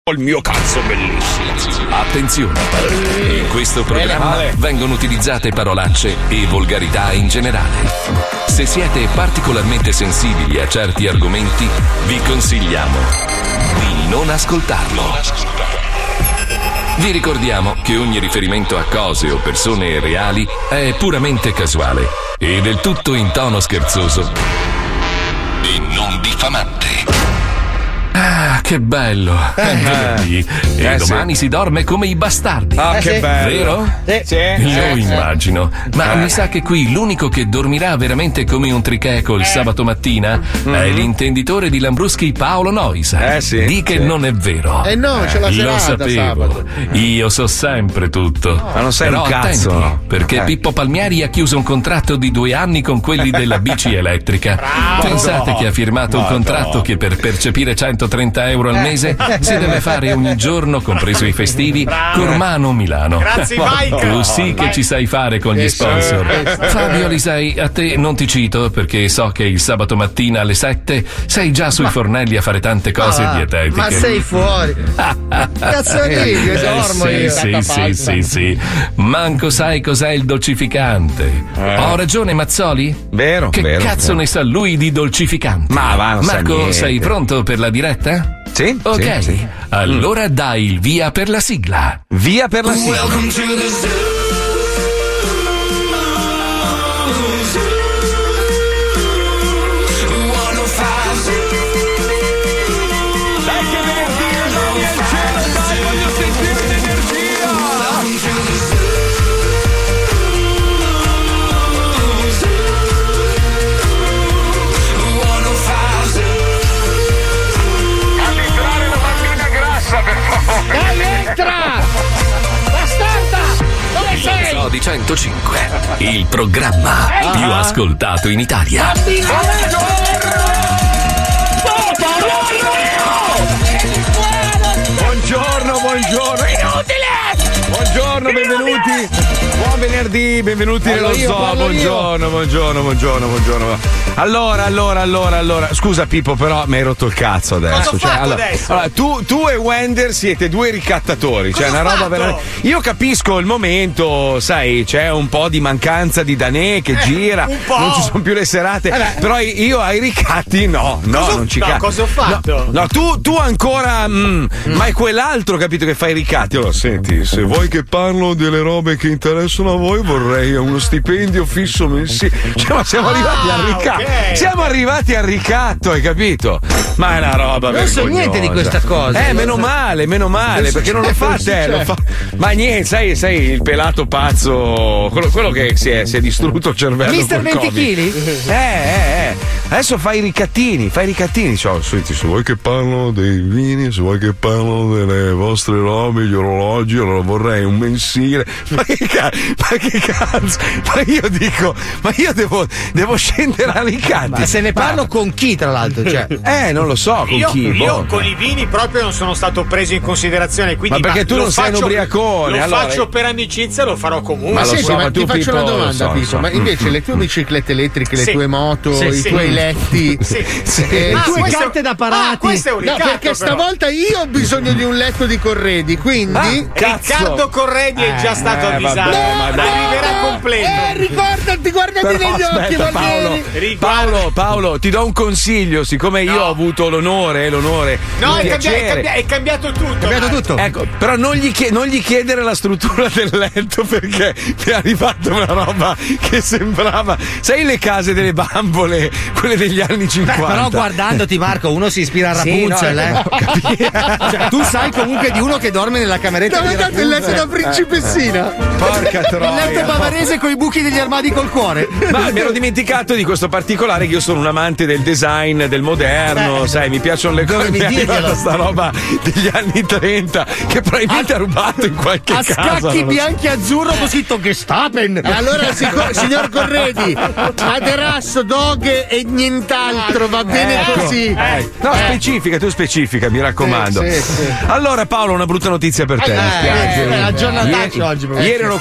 Il mio cazzo bellissimo. Attenzione, in questo programma vengono utilizzate parolacce e volgarità in generale. Se siete particolarmente sensibili a certi argomenti, vi consigliamo di non ascoltarlo. Vi ricordiamo che ogni riferimento a cose o persone reali è puramente casuale e del tutto in tono scherzoso e non diffamante. Ah, che bello! È venerdì e domani si dorme come i bastardi. Ah, che bello! Vero? Sì. Lo immagino. Ma mi sa che qui l'unico che dormirà veramente come un tricheco il sabato mattina è l'intenditore di Lambruschi Paolo Noisa. Di che non è vero. No, c'è la serata. Lo sapevo. Sabato. Io so sempre tutto. Ma non sai Però un cazzo. attenti, perché Pippo Palmieri ha chiuso un contratto di 2 anni con quelli della bici elettrica. Pensate che ha firmato un contratto che per percepire 130 euro al mese si deve fare ogni giorno, compreso i festivi, Cormano-Milano. Grazie, Mike. Tu sì che ci sai fare con gli sponsor. Fabio Lisei, a te non ti cito perché so che il sabato mattina alle 7 sei già sui fornelli a fare tante cose dietetiche. Ma sei fuori. Cazzo di dormo io. Sì. Manco sai cos'è il dolcificante. Ho ragione, Mazzoli? Vero, Che vero. cazzo ne sa lui di dolcificanti? Ma va, non sa Marco, niente. sei pronto per la diretta? Sì. Ok, sì. allora dai il via per la sigla. Via per la sigla. Dai che venerdì, le mani al cielo, dai, voglio sentire l'energia. All'entrare la bambina grassa, per favore. Dai, entra! Bastarda! Dove sei? Episodi 105, il programma più ascoltato in Italia. Buongiorno. Inutile! Buongiorno, benvenuti. Buon venerdì, benvenuti nello zoo. Buongiorno. Allora. Scusa Pippo, però mi hai rotto il cazzo adesso. Cosa ho fatto adesso? Allora, tu e Wender siete 2 ricattatori. Cioè, Cosa una ho roba fatto? veramente. Io capisco il momento, sai, c'è un po' di mancanza di Danè che gira, un po'. non ci sono più le serate. Però io ai ricatti no, non ci cazzo. Cosa ho fatto? No, tu ancora. Ma è quell'altro, capito, che fai i ricatti. Allora, senti, se vuoi che parlo delle robe che interessano a voi, vorrei uno stipendio fisso mensile. Cioè, ma siamo arrivati al ricatto. ok. Siamo arrivati al ricatto, hai capito? Ma è una roba Non so vergognosa. niente di questa cosa. Meno male, perché non lo fa te. Lo fa. Ma niente, sai il pelato pazzo, quello che si è distrutto il cervello. Mister col 20 Covid. kg? Adesso fai i ricattini. Ciao, senti, se vuoi che parlo dei vini, se vuoi che parlo delle vostre robe, gli orologi, allora vorrei un mensile. Ma che cazzo? Ma io devo scendere a ricatti. Ma se ne parlo con chi, tra l'altro? Cioè. Non lo so con chi. Io con i vini proprio non sono stato preso in considerazione. Quindi, Ma perché tu lo non sei un faccio- ubriacone, Lo allora- faccio per amicizia, lo farò comunque. Ma lo Senti, so, ma ma ti tu, faccio Pippo, una domanda, lo Pippo. so. Ma invece le tue biciclette elettriche, le Sì. tue moto, Sì, i sì. tuoi letti, Sì. le tue questo- carte da parati. questo è un No, ricatto, perché però. stavolta io ho bisogno di un letto di Corredi, quindi. Riccardo Corredi è già stato avvisato. vabbè, ma dai. Arriverà completo. Ricordati, guardati Però negli occhi, aspetta, Barbieri. Paolo, ti do un consiglio, siccome io ho avuto l'onore, No, il piacere. è cambiato tutto. Cambiato Marco. tutto. Ecco, però non gli chiedere la struttura del letto perché mi è arrivata una roba che sembrava, sai, le case delle bambole, quelle degli anni 50. Però guardandoti, Marco, uno si ispira a Sì, Rapunzel, no, ho capito. Cioè, tu sai comunque di uno che dorme nella cameretta di Rapunzel. Il letto da principessina. Porca troia. Il letto bavarese con i buchi degli armadi col cuore. Ma mi ero dimenticato di questo particolare, che io sono un amante del design, del moderno, sai, mi piacciono le cose. Dovevi Mi è arrivata dirglielo. sta roba degli anni 30 che probabilmente ha rubato in qualche A casa. scacchi non lo so. bianchi azzurro così Gestapen. Allora, signor Corredi, materasso, doghe e nient'altro, va bene così. No, specifica, mi raccomando. Sì. Allora, Paolo, una brutta notizia per te. Mi spiace. Aggiornatacci oggi. Ieri ero qua col Van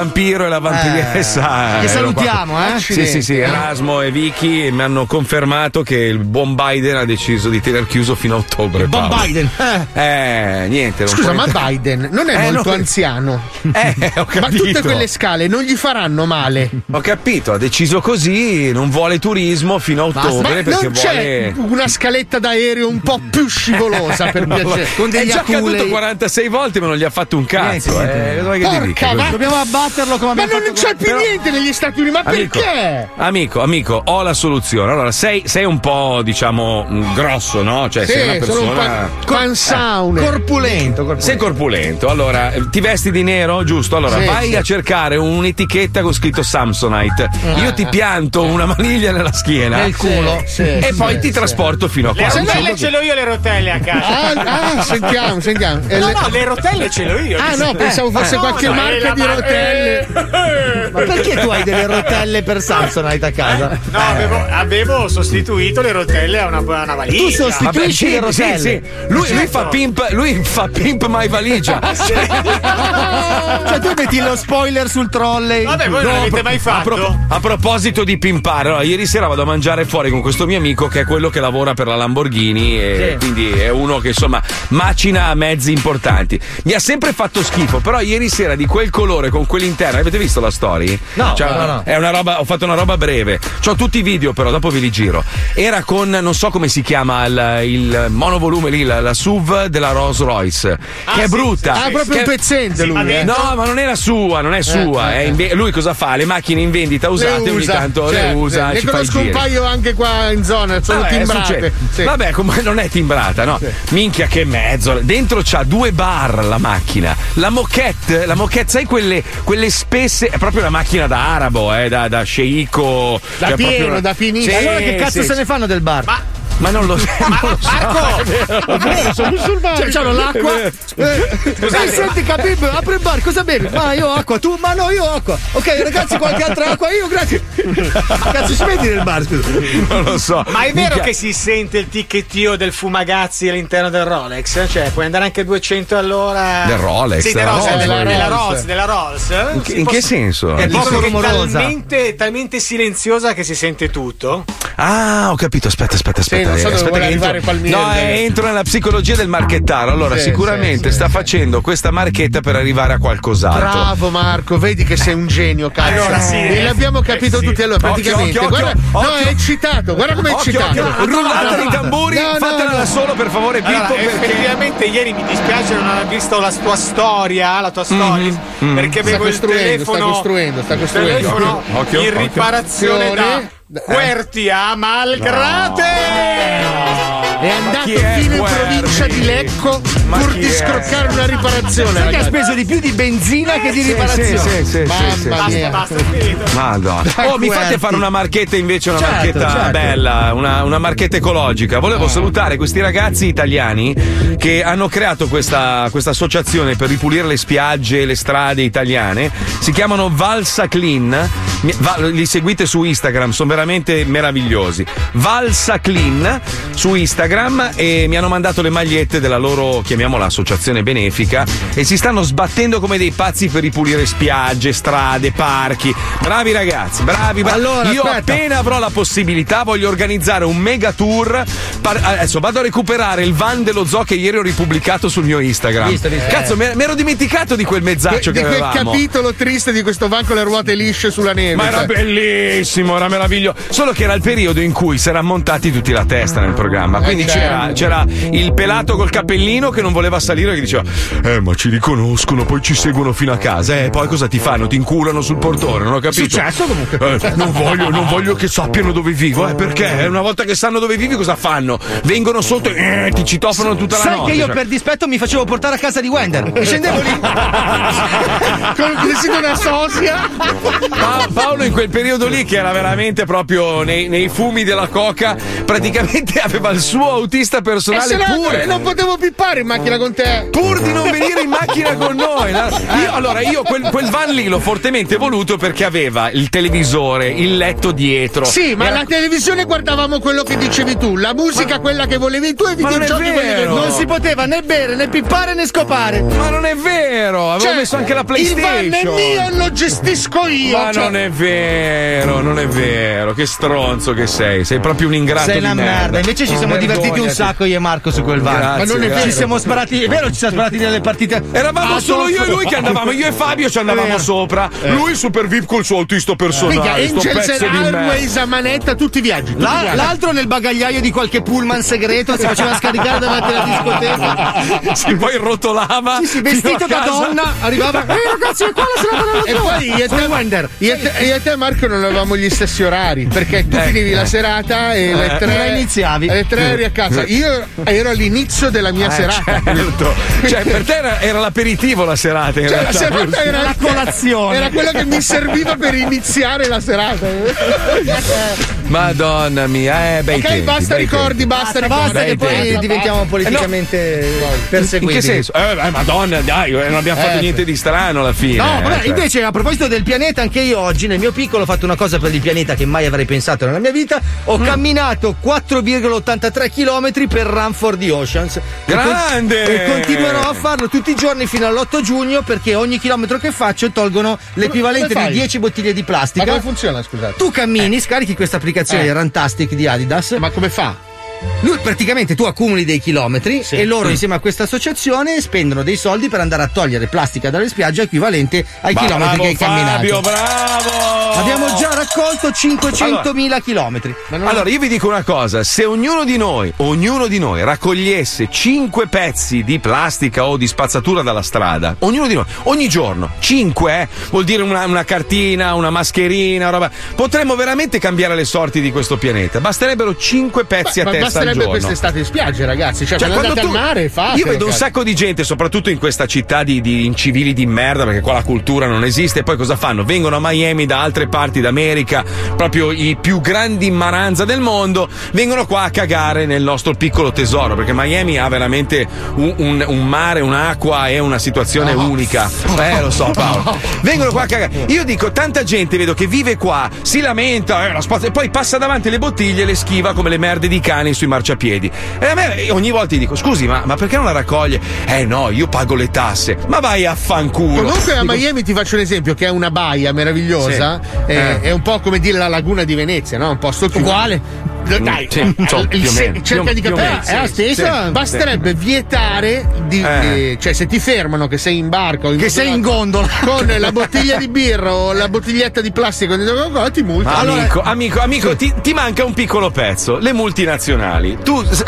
vampiro e la vampiressa. Che salutiamo, Sì, Erasmo e Vicky mi hanno confermato che il buon Biden ha deciso di tener chiuso fino a ottobre. Buon Biden. Niente. Scusa, ma Biden non è molto anziano. Ho capito. Ma tutte quelle scale non gli faranno male. Ho capito, ha deciso così, non vuole turismo fino a ottobre perché non c'è una scaletta d'aereo un po' più scivolosa per piacere. Con degli è già caduto 46 volte ma non gli ha fatto un cazzo. Dobbiamo abbatterlo come abbiamo fatto. Ma non c'è più niente negli Stati Uniti, ma perché? Amico, ho la soluzione. Allora, sei un po', diciamo, grosso, no? Cioè, sei una persona pansaune. Corpulento. Sei corpulento. Allora, ti vesti di nero, giusto? Allora, vai a cercare un'etichetta con scritto Samsonite. Io ti pianto una maniglia nella schiena. Nel culo. E poi ti trasporto fino a qua. Le rotelle ce l'ho io, le rotelle a casa. Sentiamo. No, le rotelle ce l'ho io. No, pensavo fosse qualche marca di rotelle. Ma perché tu hai delle rotelle per Samsonite a casa? No, avevo sostituito le rotelle a una valigia. Tu sostituisci le rotelle? Sì. Lui fa pimp my valigia. Cioè tu metti lo spoiler sul trolley. Vabbè, voi non l'avete mai fatto? A proposito di pimpare, allora, ieri sera vado a mangiare fuori con questo mio amico che è quello che lavora per la Lamborghini e quindi è uno che insomma macina mezzi importanti. Mi ha sempre fatto schifo, però ieri sera di quel colore con quell'interno, avete visto la story? No. È una roba, ho fatto una roba breve. C'ho tutti i video però, dopo vi li giro. Era con, non so come si chiama, il monovolume lì, la SUV della Rolls Royce, che è brutta. Proprio un pezzente lui. No, ma non era sua, non è sua. Lui cosa fa? Le macchine in vendita usate ogni tanto le usa. Ne conosco un paio anche qua in zona, sono timbrate. Vabbè, come non è timbrata, no? Minchia che mezzo. Dentro c'ha 2 bar la macchina. La moquette, sai quelle spesse, è proprio una macchina da arabo, da sceicco. Da pieno, da finito. Sì, allora che cazzo se ne fanno del bar? Ma non lo so. Marco! Sono musulmani. C'hanno l'acqua. Senti, Khabib, apri il bar, cosa bevi? Ma io ho acqua, tu? Ma no, io ho acqua. Ok, ragazzi, qualche altra acqua? Io, grazie. Ma cazzo si vedi nel bar, scusa? Non lo so. Ma è vero che si sente il ticchettio del fumagazzi all'interno del Rolex? Cioè, puoi andare anche a 200 all'ora. Del Rolex? Sì, della Rolls. In che senso? È poco rumorosa. Talmente silenziosa che si sente tutto. Ah, ho capito. Aspetta. Non so dove vuole arrivare Palmieri. No, entro nella psicologia del marchettaro. Allora, sicuramente sta facendo questa marchetta per arrivare a qualcos'altro. Bravo Marco, vedi che sei un genio, cazzo. Allora sì. E l'abbiamo capito tutti. Allora, praticamente. Occhio. No, è eccitato. Guarda come è eccitato. Rullate i tamburi, fatela da solo, per favore, Pippo. Effettivamente ieri mi dispiace non aver visto la tua storia, perché avevo il telefono. Sta costruendo. Occhio, in riparazione da Querti a Malgrate. È andato fino in provincia di Lecco pur di scroccare una riparazione. Sai che ha speso di più di benzina che di riparazione. Mamma mia. Basta, è finito. Madonna. Mi fate fare una marchetta invece, una marchetta bella, una marchetta ecologica. Volevo salutare questi ragazzi italiani che hanno creato questa associazione per ripulire le spiagge, le strade italiane. Si chiamano Valsa Clean. Li seguite su Instagram, sono veramente meravigliosi. Valsa Clean su Instagram, e mi hanno mandato le magliette della loro, chiamiamola, associazione benefica, e si stanno sbattendo come dei pazzi per ripulire spiagge, strade, parchi. Bravi ragazzi, bravi. Allora, io aspetta. appena avrò la possibilità voglio organizzare un mega tour. Adesso vado a recuperare il van dello zoo che ieri ho ripubblicato sul mio Instagram. Visto. Cazzo, mi ero dimenticato di quel mezzaccio che avevamo. Di quel capitolo triste di questo van con le ruote lisce sulla neve. Ma era bellissimo, era meraviglioso. Solo che era il periodo in cui si erano montati tutti la testa nel programma. Quindi c'era il pelato col cappellino che non voleva salire, che diceva: ma ci riconoscono, poi ci seguono fino a casa. Poi cosa ti fanno? Ti inculano sul portone, non ho capito. Successo comunque. Non voglio che sappiano dove vivo. Perché? Una volta che sanno dove vivi, cosa fanno? Vengono sotto e ti citofonano tutta la notte. Sai che io per dispetto mi facevo portare a casa di Wender e scendevo lì con una sosia. Paolo in quel periodo lì, che era veramente proprio nei fumi della coca, praticamente aveva il suo suo autista personale non potevo pippare in macchina con te. Pur di non venire in macchina con noi. Io quel van lì l'ho fortemente voluto perché aveva il televisore, il letto dietro. Sì, ma la televisione guardavamo quello che dicevi tu, la musica quella che volevi tu e videogiochi quelli che non si poteva né bere, né pippare, né scopare. Ma non è vero, avevo messo anche la PlayStation. Il van è mio e lo gestisco io. Ma non è vero, non è vero. Che stronzo che sei proprio un ingrato. Sei una merda. Invece ci siamo divertiti un sacco io e Marco su quel van. Grazie, ma non è vero, ci siamo sparati, è vero, ci siamo sparati delle partite. Eravamo solo io e lui che andavamo, io e Fabio ci andavamo sopra. Lui super VIP col suo autista personale. Angels Airways a manetta, tutti i viaggi. L'altro nel bagagliaio di qualche pullman segreto si faceva scaricare davanti alla discoteca. Si poi rotolava. Sì, vestito da donna, arrivava. Ragazzi, è qua la serata della E poi io e te Marco non avevamo gli stessi orari, perché tu finivi la serata e alle 3 iniziavi. Alle 3 eri a casa. Io ero all'inizio della mia serata. Certo. Cioè, per te era l'aperitivo la serata. In realtà. La serata era la colazione. Era quello che mi serviva per iniziare la serata. Madonna mia, bei tempi, basta ricordi, basta che poi diventiamo politicamente perseguiti. In che senso? Madonna, dai, non abbiamo fatto niente di strano alla fine. No, vabbè, invece a proposito del pianeta, anche io oggi nel mio piccolo ho fatto una cosa per il pianeta che mai avrei pensato nella mia vita. Ho camminato 4,83 km per Run for the Oceans. Grande! E continuerò a farlo tutti i giorni fino all'8 giugno perché ogni chilometro che faccio tolgono l'equivalente di 10 bottiglie di plastica. Ma come funziona, scusate? Tu cammini, scarichi questa applicazione Runtastic di Adidas. Ma come fa? Lui praticamente tu accumuli dei chilometri e loro insieme a questa associazione spendono dei soldi per andare a togliere plastica dalle spiagge equivalente ai chilometri che hai camminato. Fabio, bravo! Abbiamo già raccolto 500.000 chilometri. Allora io vi dico una cosa, se ognuno di noi raccogliesse 5 pezzi di plastica o di spazzatura dalla strada, ognuno di noi, ogni giorno, 5 vuol dire una cartina, una mascherina, roba, potremmo veramente cambiare le sorti di questo pianeta. Basterebbero 5 pezzi a testa. Basterebbe quest'estate in spiaggia, ragazzi. Cioè quando andate al mare, fate. Io vedo un sacco di gente, soprattutto in questa città di incivili di merda, perché qua la cultura non esiste. E poi cosa fanno? Vengono a Miami da altre parti d'America, proprio i più grandi maranza del mondo, vengono qua a cagare nel nostro piccolo tesoro, perché Miami ha veramente un mare, un'acqua e una situazione unica. Lo so, Paolo. Vengono qua a cagare. Io dico, tanta gente vedo che vive qua, si lamenta, e poi passa davanti le bottiglie e le schiva come le merde di cani sui marciapiedi. E a me ogni volta gli dico, scusi, ma perché non la raccoglie? No, io pago le tasse. Ma vai a fanculo. Comunque a Miami ti faccio un esempio, che è una baia meravigliosa, è un po' come dire la laguna di Venezia, no? Un posto uguale. Dai, cerca di capire. È la stessa. Basterebbe vietare cioè se ti fermano che sei in barca o che sei in gondola con la bottiglia di birra o la bottiglietta di plastica ti multano. Amico, ti manca un piccolo pezzo. Le multinazionali.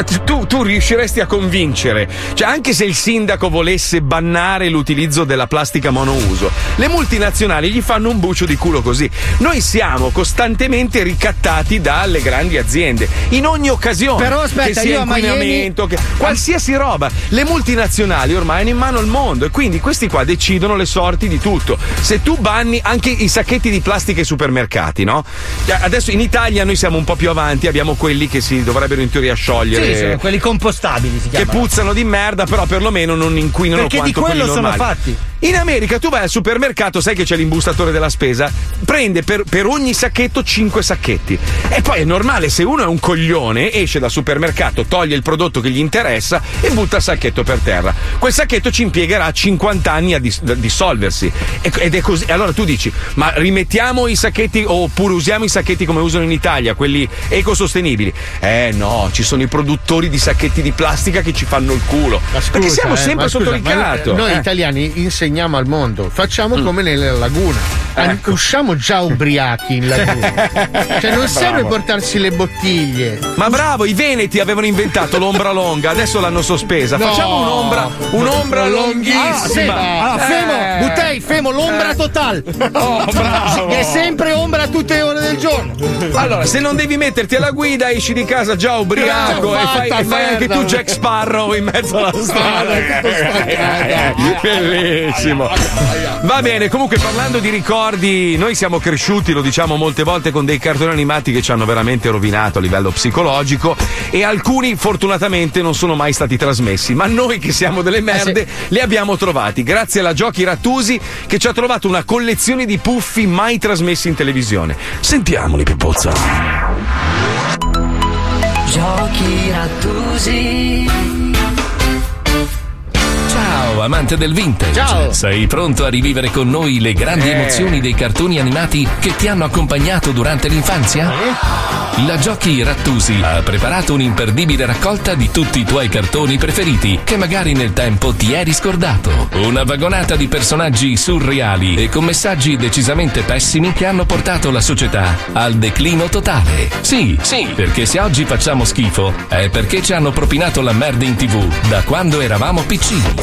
Tu riusciresti a convincere, cioè anche se il sindaco volesse bannare l'utilizzo della plastica monouso, le multinazionali gli fanno un bucio di culo così. Noi siamo costantemente ricattati dalle grandi aziende in ogni occasione. Però aspetta, che sia inquinamento, qualsiasi roba. Le multinazionali ormai hanno in mano il mondo e quindi questi qua decidono le sorti di tutto. Se tu banni anche i sacchetti di plastica ai supermercati, no? Adesso in Italia noi siamo un po' più avanti, abbiamo quelli che si dovrebbero in teoria sciogliere. Sì, quelli compostabili si chiamano. Che puzzano di merda, però perlomeno non inquinano perché quanto quelli normali. Perché di quello sono fatti. In America tu vai al supermercato, sai che c'è l'imbustatore della spesa, prende per ogni sacchetto 5 sacchetti. E poi è normale, se uno è un coglione, esce dal supermercato, toglie il prodotto che gli interessa e butta il sacchetto per terra. Quel sacchetto ci impiegherà 50 anni a dissolversi. Ed è così. Allora tu dici, ma rimettiamo i sacchetti oppure usiamo i sacchetti come usano in Italia, quelli ecosostenibili? No, ci sono i produttori di sacchetti di plastica che ci fanno il culo. Perché siamo sempre sotto ricatto. Noi italiani insegniamo al mondo, facciamo come nella laguna. Usciamo già ubriachi in laguna. Cioè non serve portarsi le bottiglie. Ma bravo, i veneti avevano inventato l'ombra longa, adesso l'hanno sospesa. Facciamo un'ombra longhissima. Femo, l'ombra totale. Bravo. Che è sempre ombra tutte le ore del giorno. Allora, se non devi metterti alla guida, esci di casa già ubriaco e fai anche tu Jack Sparrow in mezzo alla strada. Bellissimo. Va bene, comunque parlando di ricordi, noi siamo cresciuti, lo diciamo molte volte, con dei cartoni animati che ci hanno veramente rovinato. a livello psicologico, e alcuni fortunatamente non sono mai stati trasmessi, ma noi che siamo delle merde li abbiamo trovati grazie alla Giochi Rattusi, che ci ha trovato una collezione di puffi mai trasmessi in televisione. Sentiamoli, Pippozza. Giochi Rattusi. Ciao amante del vintage. Ciao. Sei pronto a rivivere con noi le grandi emozioni dei cartoni animati che ti hanno accompagnato durante l'infanzia? La Giochi Rattusi ha preparato un'imperdibile raccolta di tutti i tuoi cartoni preferiti che magari nel tempo ti eri scordato. Una vagonata di personaggi surreali e con messaggi decisamente pessimi che hanno portato la società al declino totale. Sì, perché se oggi facciamo schifo è perché ci hanno propinato la merda in TV da quando eravamo piccini.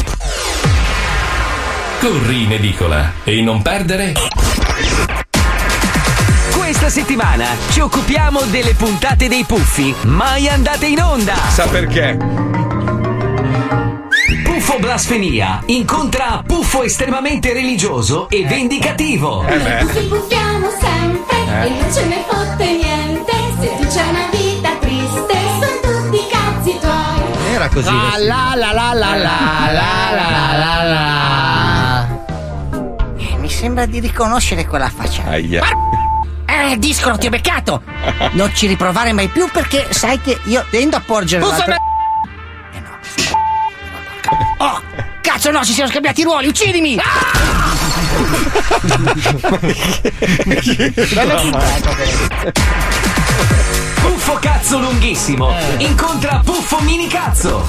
Corri in edicola e non perdere. Questa settimana ci occupiamo delle puntate dei puffi mai andate in onda. Sa perché? Puffo Blasfemia incontra Puffo estremamente religioso e vendicativo. Noi puffi puffiamo sempre e non ce ne fotte niente. Se tu c'hai una vita triste sono tutti cazzi tuoi. Era così. Mi sembra di riconoscere quella faccia. Discolo, ti ho beccato! Non ci riprovare mai più perché sai che io tendo a porgere Oh, cazzo no, ci siamo scambiati i ruoli, uccidimi! Puffo cazzo lunghissimo incontra Puffo mini cazzo.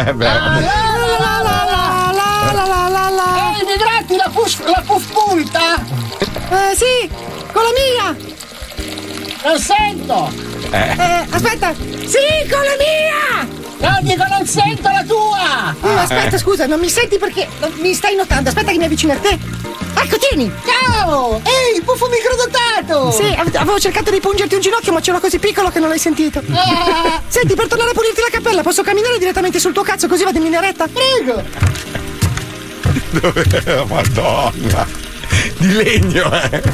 Mi gratti la puff punta? Sì, con la mia! Non sento! Aspetta! Sì, con la mia! No, dico non sento la tua! Aspetta, scusa, non mi senti perché non mi stai notando. Aspetta che mi avvicino a te. Ecco, tieni! Ciao! Ehi, il puffo microdotato! Sì, avevo cercato di pungerti un ginocchio, ma c'era così piccolo che non l'hai sentito. Senti, per tornare a pulirti la cappella, posso camminare direttamente sul tuo cazzo così vado in linea retta? Prego! Madonna! Di legno,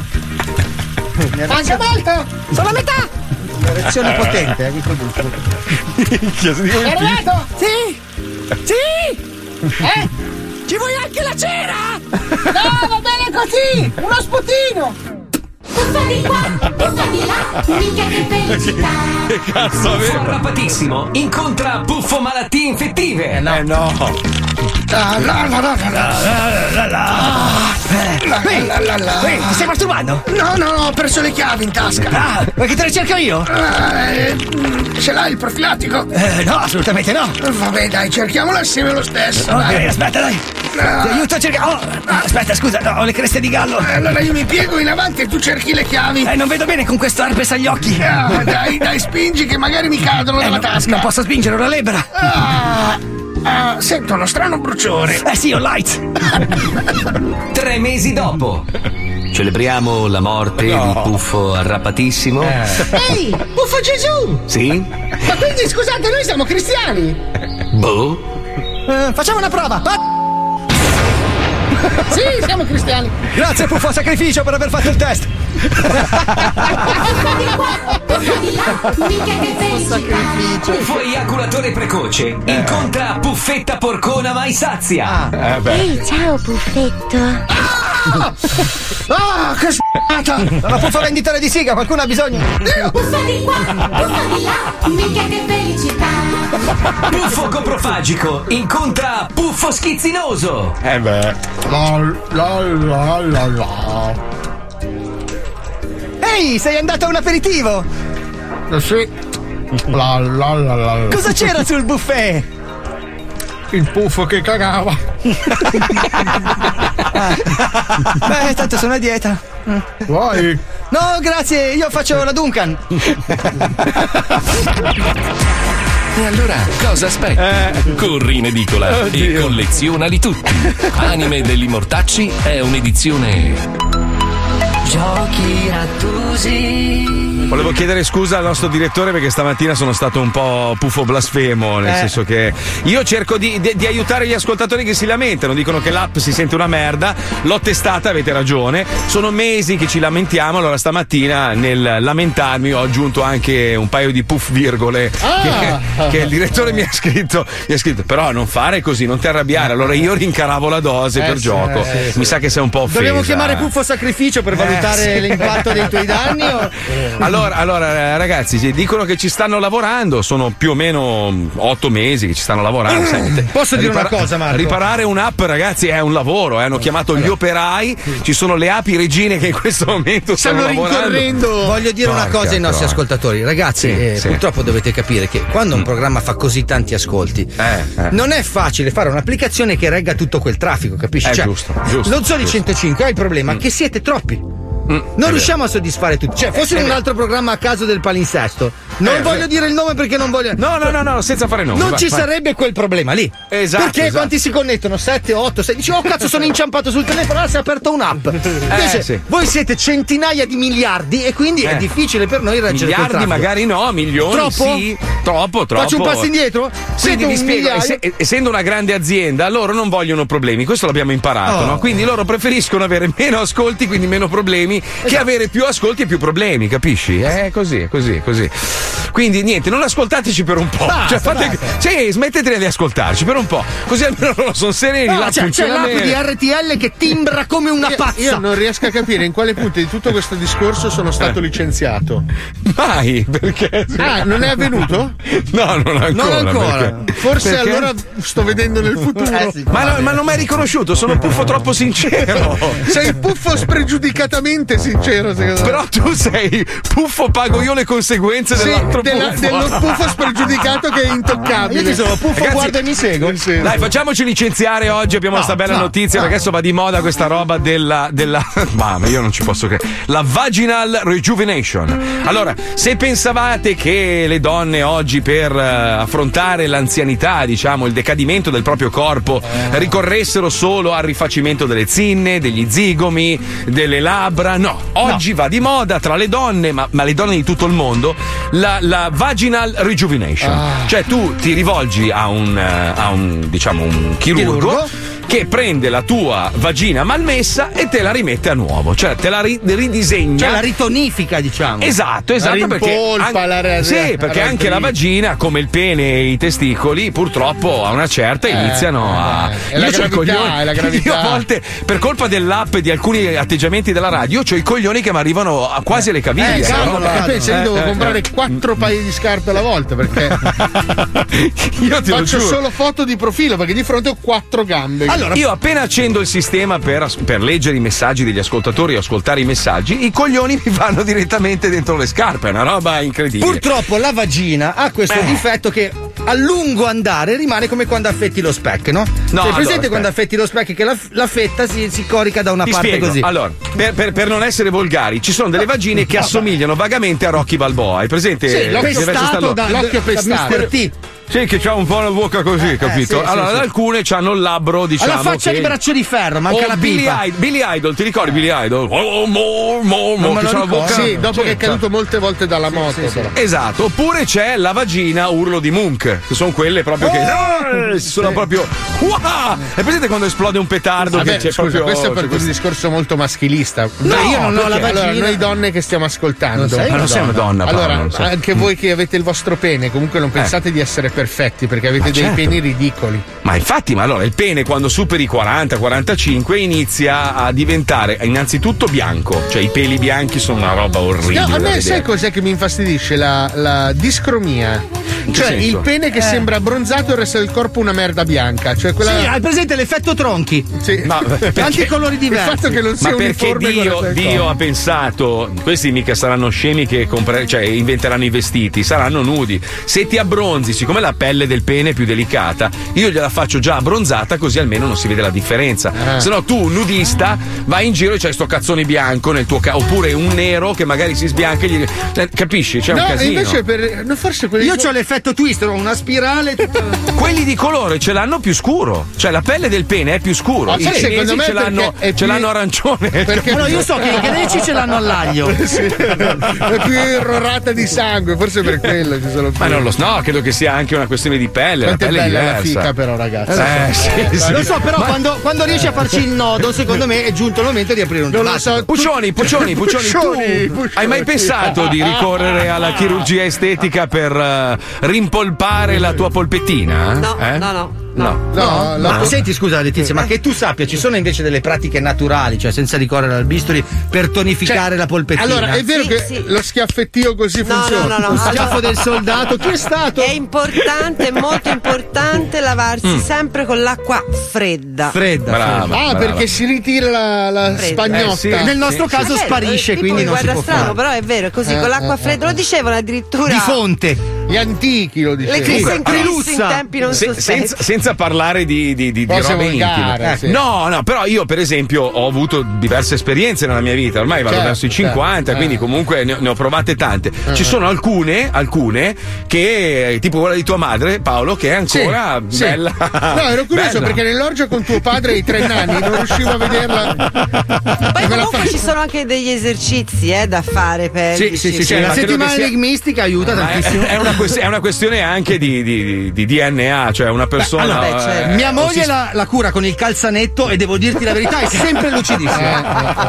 Manca molto! Sono a metà! Erezione potente, che produco. È arrivato? Sì! Sì! Ci vuoi anche la cera? No, va bene così! Uno sputino! Puffa di qua, puffa di là, mica che felicità. Che cazzo Puffo aveva? arrapatissimo incontra Puffo malattie infettive. No. Ehi, ti stai masturbando? No, ho perso le chiavi in tasca. Vuoi che te le cerco io? Ce l'hai il profilattico? No, assolutamente no. Vabbè, dai, cerchiamolo assieme lo stesso. Ok, dai. aspetta, dai. Ti aiuto a cercare. Oh, aspetta, scusa, no, ho le creste di gallo. Allora io mi piego in avanti e tu cerchi le chiavi. Non vedo bene con questo herpes agli occhi. Dai, spingi che magari mi cadono dalla tasca. Non posso spingere, ho la lebbra. Sento uno strano bruciore. Sì, ho light. 3 mesi dopo celebriamo la morte di Puffo arrapatissimo. Ehi, Puffo Gesù! Sì? Ma quindi scusate, noi siamo cristiani? Boh. Facciamo una prova. Sì, siamo cristiani. Grazie, Puffo Sacrificio, per aver fatto il test. Puffa di qua, puffa di là, mica che felicità. Puffo eiaculatore precoce incontra Puffetta porcona mai sazia. Ehi, ciao Puffetto. Che s***ata! La Puffo venditore di siga, qualcuno ha bisogno? Puffa di qua, puffa di là, mica che felicità. Puffo coprofagico incontra Puffo schizzinoso. Ehi, sei andato a un aperitivo? Sì. Cosa c'era sul buffet? Il puffo che cagava. Beh, tanto sono a dieta. Vuoi? No, grazie, io faccio la Duncan. E allora cosa aspetti? Corri in edicola e collezionali tutti. Anime degli Mortacci è un'edizione giochi rattusi. Volevo chiedere scusa al nostro direttore perché stamattina sono stato un po' puffo blasfemo, nel senso che io cerco di aiutare gli ascoltatori che si lamentano, dicono che l'app si sente una merda, l'ho testata, avete ragione, sono mesi che ci lamentiamo, allora stamattina nel lamentarmi ho aggiunto anche un paio di puff virgole che il direttore mi ha scritto, però non fare così, non ti arrabbiare, allora io rincaravo la dose per gioco, mi sa che sei un po' offesa. Dobbiamo chiamare Puffo Sacrificio per valutare l'impatto dei tuoi danni o... Allora, ragazzi, dicono che ci stanno lavorando, sono più o meno 8 mesi che ci stanno lavorando. Posso dire una cosa, Marco? Riparare un'app, ragazzi, è un lavoro. Hanno chiamato gli operai, ci sono le api regine che in questo momento stanno lavorando. Voglio dire una cosa ai nostri ascoltatori, ragazzi. Purtroppo dovete capire che quando un programma fa così tanti ascolti, non è facile fare un'applicazione che regga tutto quel traffico, capisci? Giusto. Lo Zoli 105 ha il problema che siete troppi. Non riusciamo a soddisfare tutti. Cioè, fosse un altro programma a caso del palinsesto, non voglio dire il nome perché non voglio. No, senza fare nome. Non ci sarebbe quel problema lì. Esatto. Perché quanti si connettono? 7, 8, 6. Dici, oh cazzo, sono inciampato sul telefono, allora si è aperto un'app. Invece, voi siete centinaia di miliardi e quindi è difficile per noi reggere miliardi, quel traffico. magari no, milioni. Troppo? Sì. Troppo. Faccio un passo indietro? Quindi vi spiego, essendo una grande azienda, loro non vogliono problemi, questo l'abbiamo imparato, no? Quindi loro preferiscono avere meno ascolti, quindi meno problemi, che avere più ascolti e più problemi, capisci? È così. Quindi niente, non ascoltateci per un po'. Smetteteli di ascoltarci per un po', così almeno loro sono sereni. C'è l'app di RTL che timbra come una pazza. Io non riesco a capire in quale punto di tutto questo discorso sono stato licenziato. Mai, perché? Non è avvenuto? No, non ancora. Forse perché? Allora sto vedendo nel futuro. Ma non mi hai riconosciuto, sono puffo troppo sincero. Sei puffo spregiudicatamente sincero, secondo me. Però tu sei puffo, pago io le conseguenze dell'altro puffo. Dello puffo spregiudicato che è intoccabile. Io sono puffo, ragazzi, guarda e mi seguo. Dai, facciamoci licenziare oggi, abbiamo questa bella notizia, perché adesso va di moda questa roba della mamma, io non ci posso credere. La vaginal rejuvenation. Allora, se pensavate che le donne oggi per affrontare l'anzianità, diciamo, il decadimento del proprio corpo, ricorressero solo al rifacimento delle zinne, degli zigomi, delle labbra, no. Oggi va di moda tra le donne, ma le donne di tutto il mondo, la vaginal rejuvenation. Cioè tu ti rivolgi a un chirurgo che prende la tua vagina malmessa e te la rimette a nuovo, cioè te la ridisegna, cioè la ritonifica, diciamo. Esatto, perché anche la vagina, come il pene e i testicoli, purtroppo a una certa iniziano a è la gravità. Io a volte, per colpa dell'app e di alcuni atteggiamenti della radio, c'ho i coglioni che mi arrivano quasi alle caviglie. Pensa, io devo comprare 4 paia di scarpe alla volta, perché io ti faccio solo foto di profilo, perché di fronte ho 4 gambe. Allora, io appena accendo il sistema per leggere i messaggi degli ascoltatori o ascoltare i messaggi, i coglioni mi vanno direttamente dentro le scarpe, è una roba incredibile. Purtroppo la vagina ha questo difetto che a lungo andare rimane come quando affetti lo speck, no? Sei presente quando affetti lo speck che la fetta si corica da una parte spiego. Così? Allora, per non essere volgari, ci sono delle vagine che assomigliano vagamente a Rocky Balboa. Hai presente? Sì, l'occhio pestato pestato. Mr. T. Sì, che c'ha un po' la bocca così, capito? Allora, alcune c'hanno il labbro, diciamo. Alla faccia di braccio di ferro, manca la pipa. Billy Idol, ti ricordi Billy Idol? Non c'ha la bocca. Sì, dopo che è caduto molte volte dalla moto. Esatto, oppure c'è la vagina urlo di Munch, che sono quelle proprio che sono proprio. È presente quando esplode un petardo? Che c'è proprio. Questo è per un discorso molto maschilista. No, io non ho la vagina. Allora, noi donne che stiamo ascoltando. Non sei una donna. Allora, anche voi che avete il vostro pene, comunque non pensate di essere perfetti, perché avete dei peni ridicoli. Ma infatti, allora il pene quando superi i 40-45 inizia a diventare innanzitutto bianco, cioè i peli bianchi sono una roba orribile. No, a me sai cos'è che mi infastidisce? La discromia. Cioè il pene che sembra abbronzato e il resto del corpo una merda bianca. Cioè quella... Sì, hai presente l'effetto tronchi? Sì. Ma tanti colori diversi. Il fatto che non sia uniforme. Perché Dio ha pensato, questi mica saranno scemi che inventeranno i vestiti, saranno nudi. Se ti abbronzi, siccome la pelle del pene è più delicata, io gliela faccio già abbronzata così almeno non si vede la differenza. Se no tu, nudista, vai in giro e c'hai sto cazzone bianco nel tuo oppure un nero che magari si sbianca e capisci? C'è un casino. Invece forse quelli io c'ho l'effetto Twister, ho una spirale quelli di colore ce l'hanno più scuro, cioè la pelle del pene è più scuro. I cinesi ce l'hanno arancione. Perché allora io so che i greci ce l'hanno all'aglio. Sì, è più irrorata di sangue, forse per quello ci sono più. Ma non lo so, no, credo che sia anche una questione di pelle. Quanto la pelle è bella è la fica però, ragazzi. Sì. Lo so, però quando riesci a farci il nodo, secondo me è giunto il momento di aprire un so. Puccioni, tu hai mai pensato di ricorrere alla chirurgia estetica per rimpolpare la tua polpettina? No. Ma senti, scusa Letizia, ma che tu sappia, ci sono invece delle pratiche naturali, cioè senza ricorrere al bisturi, per tonificare la polpettina? Allora, è vero che lo schiaffettio così funziona? No. Lo schiaffo del soldato, chi è stato? È importante, è molto importante lavarsi sempre con l'acqua fredda. Brava. Perché si ritira la spagnotta. Sì. Nel nostro caso sparisce, quindi non si può strano, fare. però è vero, è così, con l'acqua fredda. Lo dicevano addirittura di fonte. Gli antichi lo dicevano. Le crisi in tempi non sospetti. Senza parlare di robe intime. Sì. No, però io per esempio ho avuto diverse esperienze nella mia vita, ormai vado verso i 50, quindi comunque ne ho provate tante. Ci sono alcune che, tipo quella di tua madre, Paolo, che è ancora bella. No, ero curioso perché nell'orgia con tuo padre ai 3 anni non riuscivo a vederla. Poi comunque ci sono anche degli esercizi da fare per sì, la settimana enigmistica aiuta tantissimo. È una questione anche di DNA, cioè una persona. Certo. Mia moglie la cura con il calzanetto e devo dirti la verità, è sempre lucidissima.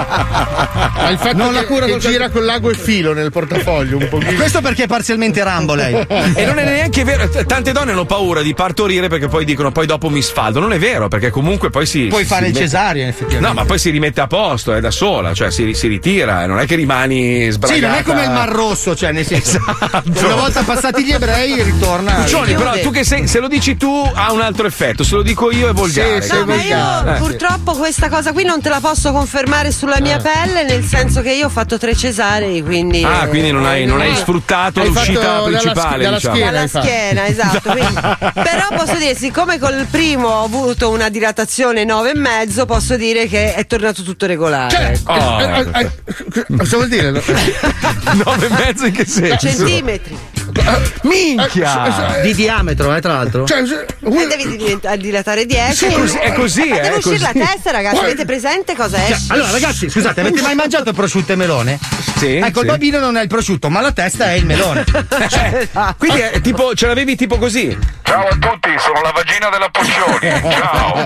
Ma il fatto non la cura che gira con l'ago e filo nel portafoglio un pochino. Questo perché è parzialmente Rambo lei. E non è neanche vero, tante donne hanno paura di partorire perché poi dicono poi dopo mi sfaldo. Non è vero, perché comunque poi puoi fare il cesareo effettivamente. No, ma poi si rimette a posto, è da sola, cioè si ritira, non è che rimani sbragata. Sì, non è come il Mar Rosso, cioè nel senso. Esatto. Una volta passati gli ebrei ritorna. Puccioni, però tu che sei, se lo dici tu ha un altro effetto, se lo dico io è volgare. No, ma io purtroppo questa cosa qui non te la posso confermare sulla mia pelle, nel senso che io ho fatto 3 cesarei, quindi. Quindi non hai sfruttato l'uscita principale, dalla schiena, esatto. Quindi, però posso dire, siccome col primo ho avuto una dilatazione 9,5, posso dire che è tornato tutto regolare. Cosa vuol dire? 9,5 in che senso? Centimetri. Minchia! Di diametro, tra l'altro. Devi dilatare 10. È così. Deve uscire la testa, ragazzi. Avete presente cosa è? Allora, ragazzi, scusate, avete mai mangiato prosciutto e melone? Sì. Ecco, il bambino non è il prosciutto, ma la testa è il melone. Quindi è tipo, ce l'avevi tipo così. Ciao a tutti, sono la vagina della Puccioni. Ciao,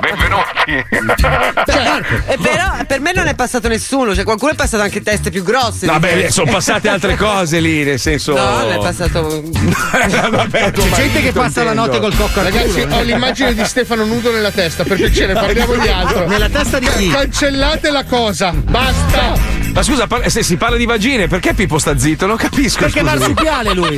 benvenuti. Però per me non è passato nessuno, cioè qualcuno è passato anche teste più grosse. Vabbè, sono passate altre cose lì, nel senso. No, non è passato. Vabbè, c'è gente che passa la notte col cocco al culo. Ragazzi, ho l'immagine di Stefano nudo nella testa, per piacere, parliamo di altro. Nella testa di chi? Cancellate la cosa, basta. Ma scusa, se si parla di vagine, perché Pippo sta zitto? Non capisco. Perché è marsupiale lui.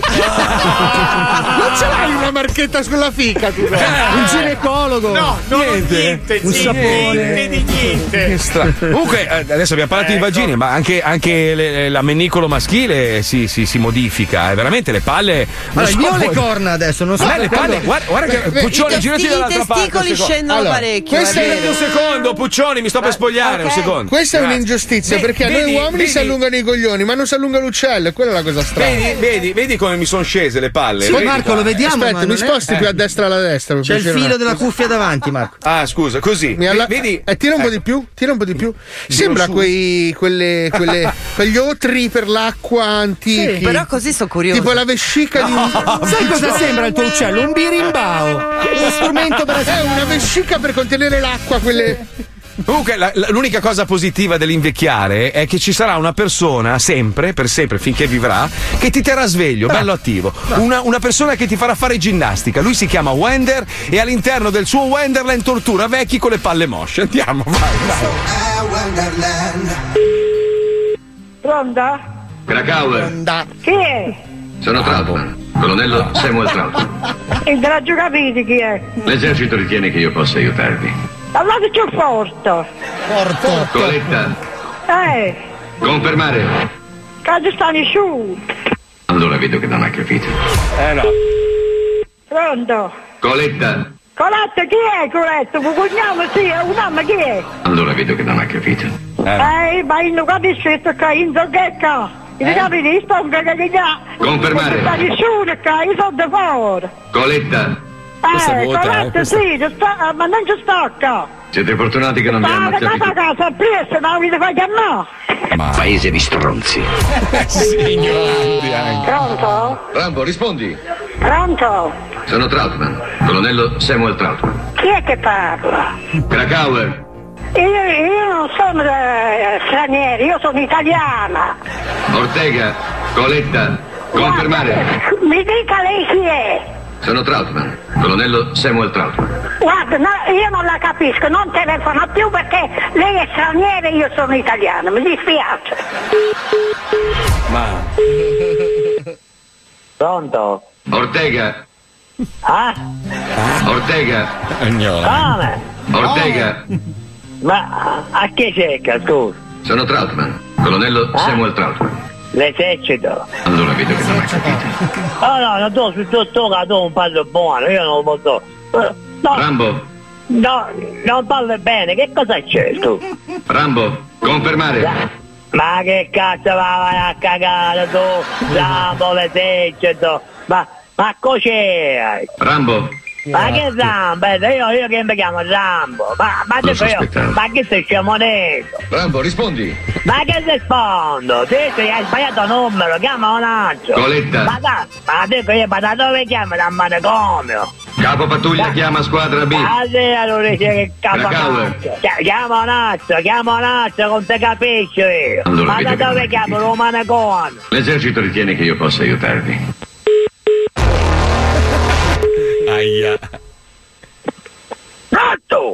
Non ce l'hai una marchetta sulla fica, tu? Un ginecologo. No, niente. Un sapone. Niente. Comunque, adesso abbiamo parlato di vagine, ma anche l'amennicolo maschile si modifica. Veramente le palle. Allora, io ho le corna adesso, non so. Le palle, guarda che Puccioni, girati dall'altra parte. I testicoli scendono parecchio. Questo è un secondo, Puccioni, mi sto per spogliare, un secondo. Questa è un'ingiustizia, perché a noi uomini si allungano i coglioni, ma non si allunga l'uccello, e quella è la cosa strana. Vedi come mi sono scese le palle. Sì, Marco, lo vediamo. Aspetta, mi sposti più a destra e alla destra. C'è il filo della cuffia davanti, Marco. Ah, scusa, così. Vedi? Tira un po' di più. Sembra quegli otri per l'acqua antichi. Sì, però così sono curioso. Tipo la vescica di un. Sai cosa sembra il tuo uccello? Un birimbao. Uno strumento per. È una vescica per contenere l'acqua, quelle. Comunque l'unica cosa positiva dell'invecchiare è che ci sarà una persona sempre, per sempre, finché vivrà, che ti terrà sveglio, bello attivo. Una persona che ti farà fare ginnastica. Lui si chiama Wender e all'interno del suo Wonderland tortura vecchi con le palle mosce. Andiamo, vai. Pronta? Krakauer. Chi è? Sono Trautmann, colonnello Samuel Trautmann. E te l'ha già capito chi è? L'esercito ritiene che io possa aiutarvi. Allora c'è forte. Coletta. Confermare. Che sta nessuno. Allora vedo che non ha capito. No. Pronto? Coletta. Coletta, chi è Coletta? Un cognome, sì, è un nome, chi è? Allora vedo che non ha capito. Ma io non capisco che in Zorghecca. Il capisco, confermare. Non sta nessuno qua, io sono da fuori. Coletta. Coletta, sì, ma non ci sto qua. Siete fortunati che non vi hanno ammazzato. Ma la casa presto, ma avete fatto a no? Paese di stronzi. Ignoranti anche. Pronto? Rambo, rispondi. Pronto? Sono Trautman, colonnello Samuel Trautman. Chi è che parla? Krakauer. Io non sono straniera, io sono italiana. Ortega, Coletta, confermare. Mi dica lei chi è? Sono Trautman, colonnello Samuel Trautman. Guarda, no, io non la capisco, non telefono più perché lei è straniera e io sono italiana, mi dispiace. Pronto? Ortega. Ah? Ortega. Come? Ortega. Ma a che cerca, scusa? Sono Trautman, colonnello Samuel Trautman. L'esercito. Allora vedo che non ha capito. Oh no, tu un parlo buono, io non lo so. No. Rambo. No, non parlo bene, che cosa c'è tu? Rambo, confermare. Ma che cazzo vai a cagare tu? Rambo, l'esercito. Ma cos'è? Rambo. Ma che Rambo? Io che mi chiamo Rambo. Ma che sei sciamoneto? Rambo, rispondi. Ma che rispondo? Dico che hai sbagliato il numero, chiama un altro. Coletta. Ma dico io, ma da dove chiami? Da manicomio. Capo pattuglia chiama squadra B. Allora dice che capo chiama un altro, non ti capisci io. Allora, ma da dove chiamo? Lo manicomio. L'esercito ritiene che io possa aiutarvi. Aia. Pronto!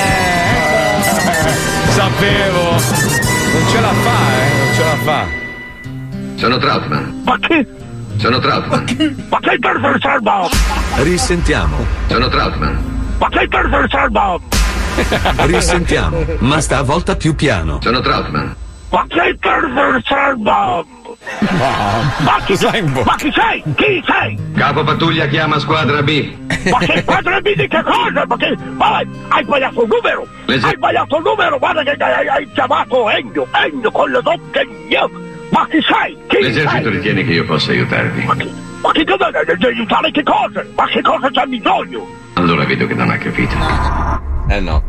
Sapevo. Non ce la fa, non ce la fa. Sono Trautman. Ma chi? Sono Trautman. Ma sei perso il serbo? Risentiamo. Sono Trautman. Ma sei perso il serbo? Risentiamo, ma stavolta più piano. Sono Trautman. Ma sei perso il serbo? Ma chi sei? Chi sei? Capo pattuglia chiama squadra B. Ma che squadra B di che cosa? Ma hai sbagliato il numero! Hai sbagliato il numero! Guarda che hai chiamato Ennio con le doppie Ñ. Ma chi sei? L'esercito ritiene che io possa aiutarvi. Ma che cosa? Aiutare che cosa? Ma che cosa c'è bisogno? Allora vedo che non ha capito. No.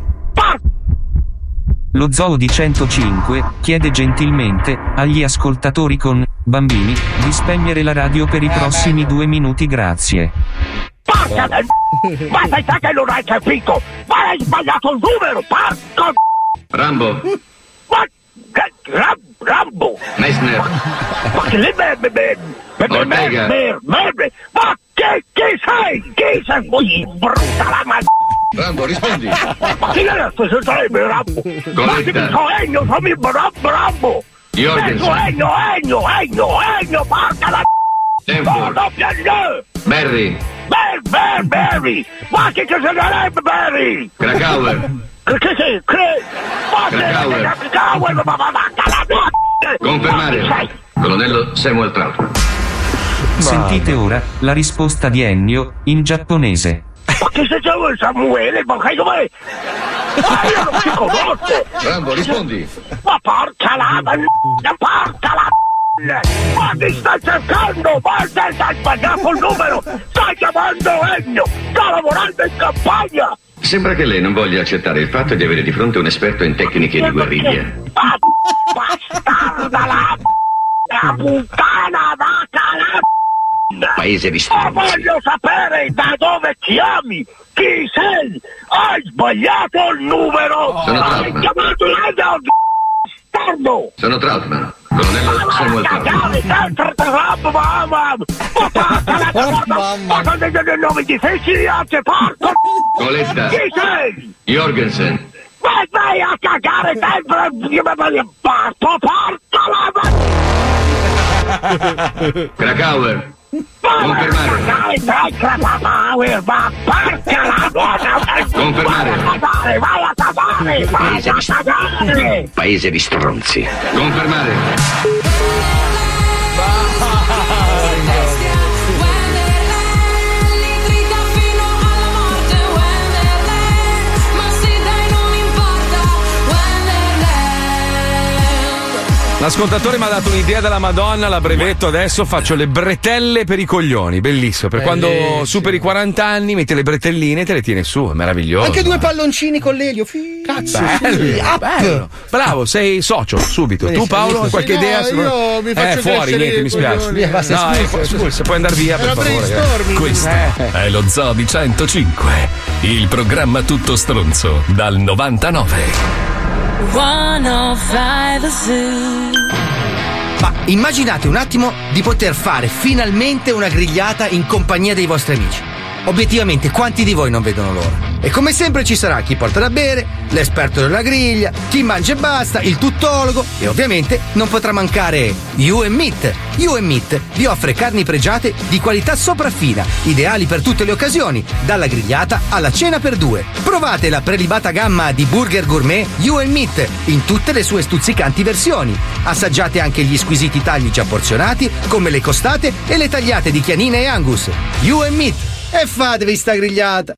Lo Zoo di 105 chiede gentilmente agli ascoltatori con bambini di spegnere la radio per i prossimi 2 minuti, grazie. Porca ma sai che non hai capito? Ma hai sbagliato il numero, porca Rambo. Ma che Rambo? Meissner. Ma che lì Ortega. Ma chi sei? Chi sei? Voi brutta la Rambo, rispondi. Ma chi è questo sarebbe Rambo? Ma che mi so Ennio, fammi Rambo. Jorgensen. Ennio, porca la Barry. Barry. Ma che sarebbe Barry? Krakauer. Che sei? Krakauer, ma confermare. Colonnello Samuel Trautman. Sentite ora la risposta di Ennio in giapponese. Ma che sei Samuele? Ma che come? Ma io non ti conosco! Rambo, rispondi! Ma porca la ma ti stai cercando? Ma hai sbagliato il numero! Stai chiamando Ennio! Sta lavorando in campagna! Sembra che lei non voglia accettare il fatto di avere di fronte un esperto in tecniche di guerriglia. Bastarda la puttana vaca Paese di stronzi. Ma voglio sapere da dove chiami! Chi sei? Hai sbagliato il numero! Sono Hai Trautman. chiamato Ennio! Bastardo! Sono Trautman, colonnello Samuel Trautman. Non mi difetti, porco! Coletta. Chi sei? Jorgensen. Vai a cagare sempre! Porca la... Krakauer. Confermare. Confermare. Vai a cagare! Paese di stronzi. Confermare. L'ascoltatore mi ha dato un'idea della Madonna, la brevetto adesso, faccio le bretelle per i coglioni, bellissimo. Per quando superi i 40 anni metti le bretelline e te le tieni su, è meraviglioso. Anche 2 palloncini con l'elio. Cazzo, bello. Bravo, sei socio subito. Tu Paolo, qualche idea? Io mi faccio fuori, niente, mi spiace. Se puoi andare via, per favore. Questo è lo Zoo di 105, il programma tutto stronzo dal 99. 105 Zoo. Ma immaginate un attimo di poter fare finalmente una grigliata in compagnia dei vostri amici. Obiettivamente, quanti di voi non vedono l'ora? E come sempre ci sarà chi porta da bere, l'esperto della griglia, chi mangia e basta, il tuttologo e ovviamente non potrà mancare You & Meat. You & Meat vi offre carni pregiate di qualità sopraffina, ideali per tutte le occasioni, dalla grigliata alla cena per 2. Provate la prelibata gamma di burger gourmet You & Meat in tutte le sue stuzzicanti versioni. Assaggiate anche gli squisiti tagli già porzionati, come le costate e le tagliate di chianina e angus. You & Meat. E fatevi sta grigliata.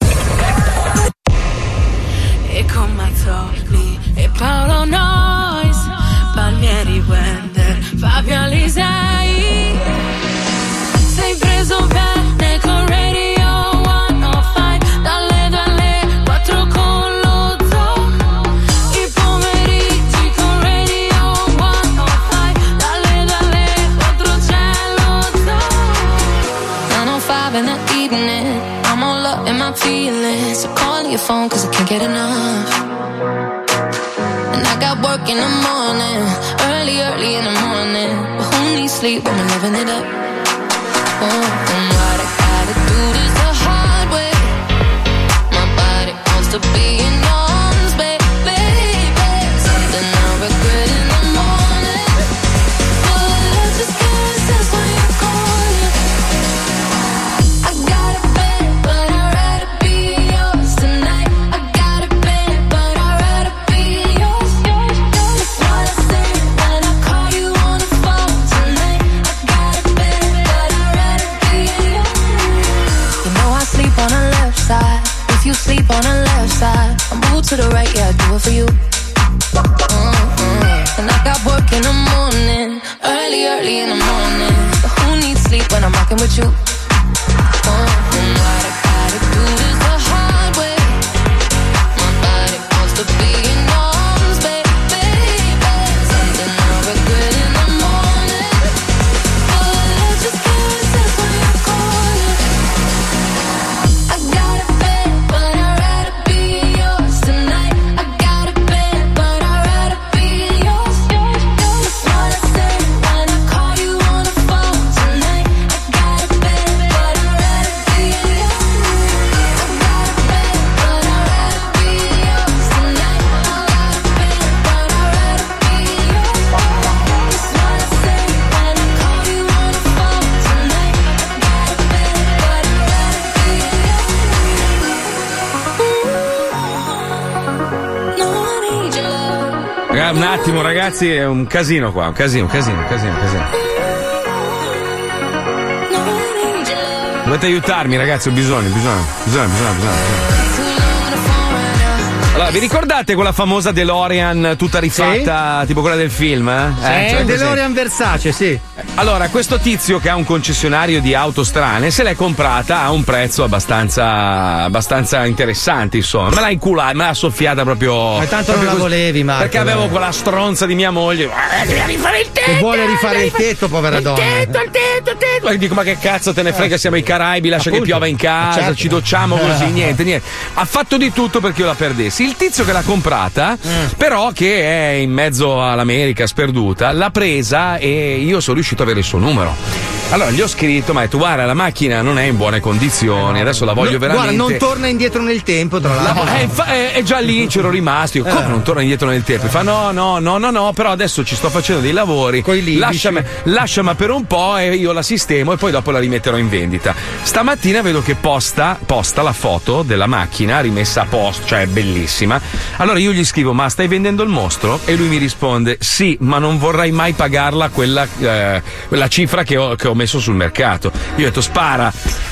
E con Mazzoli e Paolo Nois, Palmieri, Wender, Fabio Alisei. Sei preso bene con Radio 105, dalle 2 alle 4 con lo Zoo. I pomeriggi con Radio 105, dalle 2 alle 4 c'è lo Zoo. 105 in the evening, I'm all up in my feelings, so call your phone cause I can't get enough. And I got work in the morning, early in the morning, but who needs sleep when we're living it up? Oh, and what I gotta do this the hard way. My body wants to be in arms, baby. Something I regret in the morning, but I just can't resist when you call it. I got a bed, but I'd rather be yours tonight. I got a bed, but I'd rather be yours. That's what I say when I call you on the phone tonight. I got a bed, but I'd rather be yours. You know I sleep on the left side. If you sleep on the left side, I move to the right, yeah, I do it for you. And I got work in the morning, early in the morning, but who needs sleep when I'm rocking with you? And what I gotta do this the hard way. My body wants to be in arms, baby. Something I regret in the morning, but I just can't resist when you call it. I got a bed, but I'd rather be yours tonight. I got a bed, but I'd rather be yours. That's what I say when I call you on the phone tonight. I got a bed, but I'd rather be yours. I got a bed, but I'd rather be yours tonight. I got a bed, but I'd rather be yours. That's what I say when I call you on the phone tonight. I got a bed, but I'd rather be yours. No, I need your love. Un attimo, ragazzi, è un casino qua, un casino. Dovete aiutarmi, ragazzi, ho bisogno. Allora, vi ricordate quella famosa DeLorean tutta rifatta, tipo quella del film? Cioè, DeLorean Versace, sì. Allora, questo tizio che ha un concessionario di auto strane se l'è comprata a un prezzo abbastanza interessante, insomma. Me l'ha inculata, me l'ha soffiata proprio. Ma tanto proprio non la volevi, Marco. Perché avevo quella stronza di mia moglie. Devi rifare il tetto! Che vuole rifare il tetto, povera donna. Il tetto! E dico, ma che cazzo te ne frega? Siamo ai Caraibi, lascia che piova in casa, certo. Ci docciamo così, niente. Ha fatto di tutto perché io la perdessi. Il tizio che l'ha comprata, però che è in mezzo all'America sperduta, l'ha presa e io sono riuscito ad avere il suo numero. Allora gli ho scritto, ma ha detto, guarda, la macchina non è in buone condizioni, adesso la voglio veramente. Guarda, non torna indietro nel tempo, tra l'altro. È già lì, c'ero rimasto. Io, come non torna indietro nel tempo? Fa no, però adesso ci sto facendo dei lavori. Lasciami per un po' e io la sistemo e poi dopo la rimetterò in vendita. Stamattina vedo che posta la foto della macchina rimessa a posto, cioè bellissima. Allora io gli scrivo, ma stai vendendo il mostro? E lui mi risponde, sì, ma non vorrei mai pagarla quella cifra che ho messo messo sul mercato. Io ho detto spara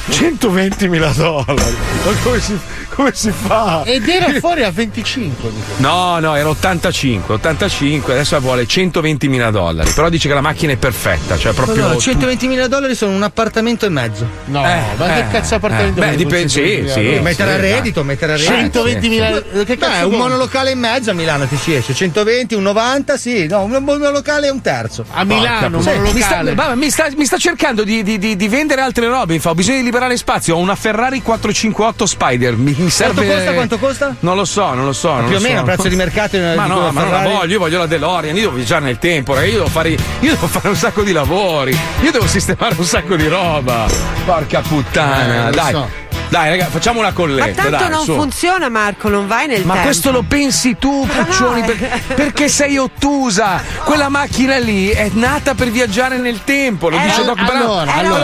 $120.000. Ma come si fa? Ed era fuori a 25. No, era 85, adesso vuole $120.000. Però dice che la macchina è perfetta, cioè proprio. No, $120.000 sono un appartamento e mezzo. No, ma che cazzo appartamento? Beh, dipende, sì. Mettere a reddito. 120.000. Che cazzo? Un monolocale e mezzo a Milano ti ci esce. 120, un 90, sì. No, un monolocale e un terzo. A Milano, un monolocale. Mi sta cercando di vendere altre robe. Ho bisogno di liberare spazio. Ho una Ferrari 458 Spider. Mi serve. Quanto costa? Non lo so. Più o meno a prezzo di mercato. Ma non la voglio. Io voglio la DeLorean. Io devo viaggiare nel tempo. Io devo fare un sacco di lavori. Io devo sistemare un sacco di roba. Porca puttana. Dai, raga, facciamo una colletta. Ma tanto non funziona, Marco, non vai nel tempo. Ma questo lo pensi tu, Puccioni, perché sei ottusa. Quella macchina lì è nata per viaggiare nel tempo, lo dice Doc Brown. Allora,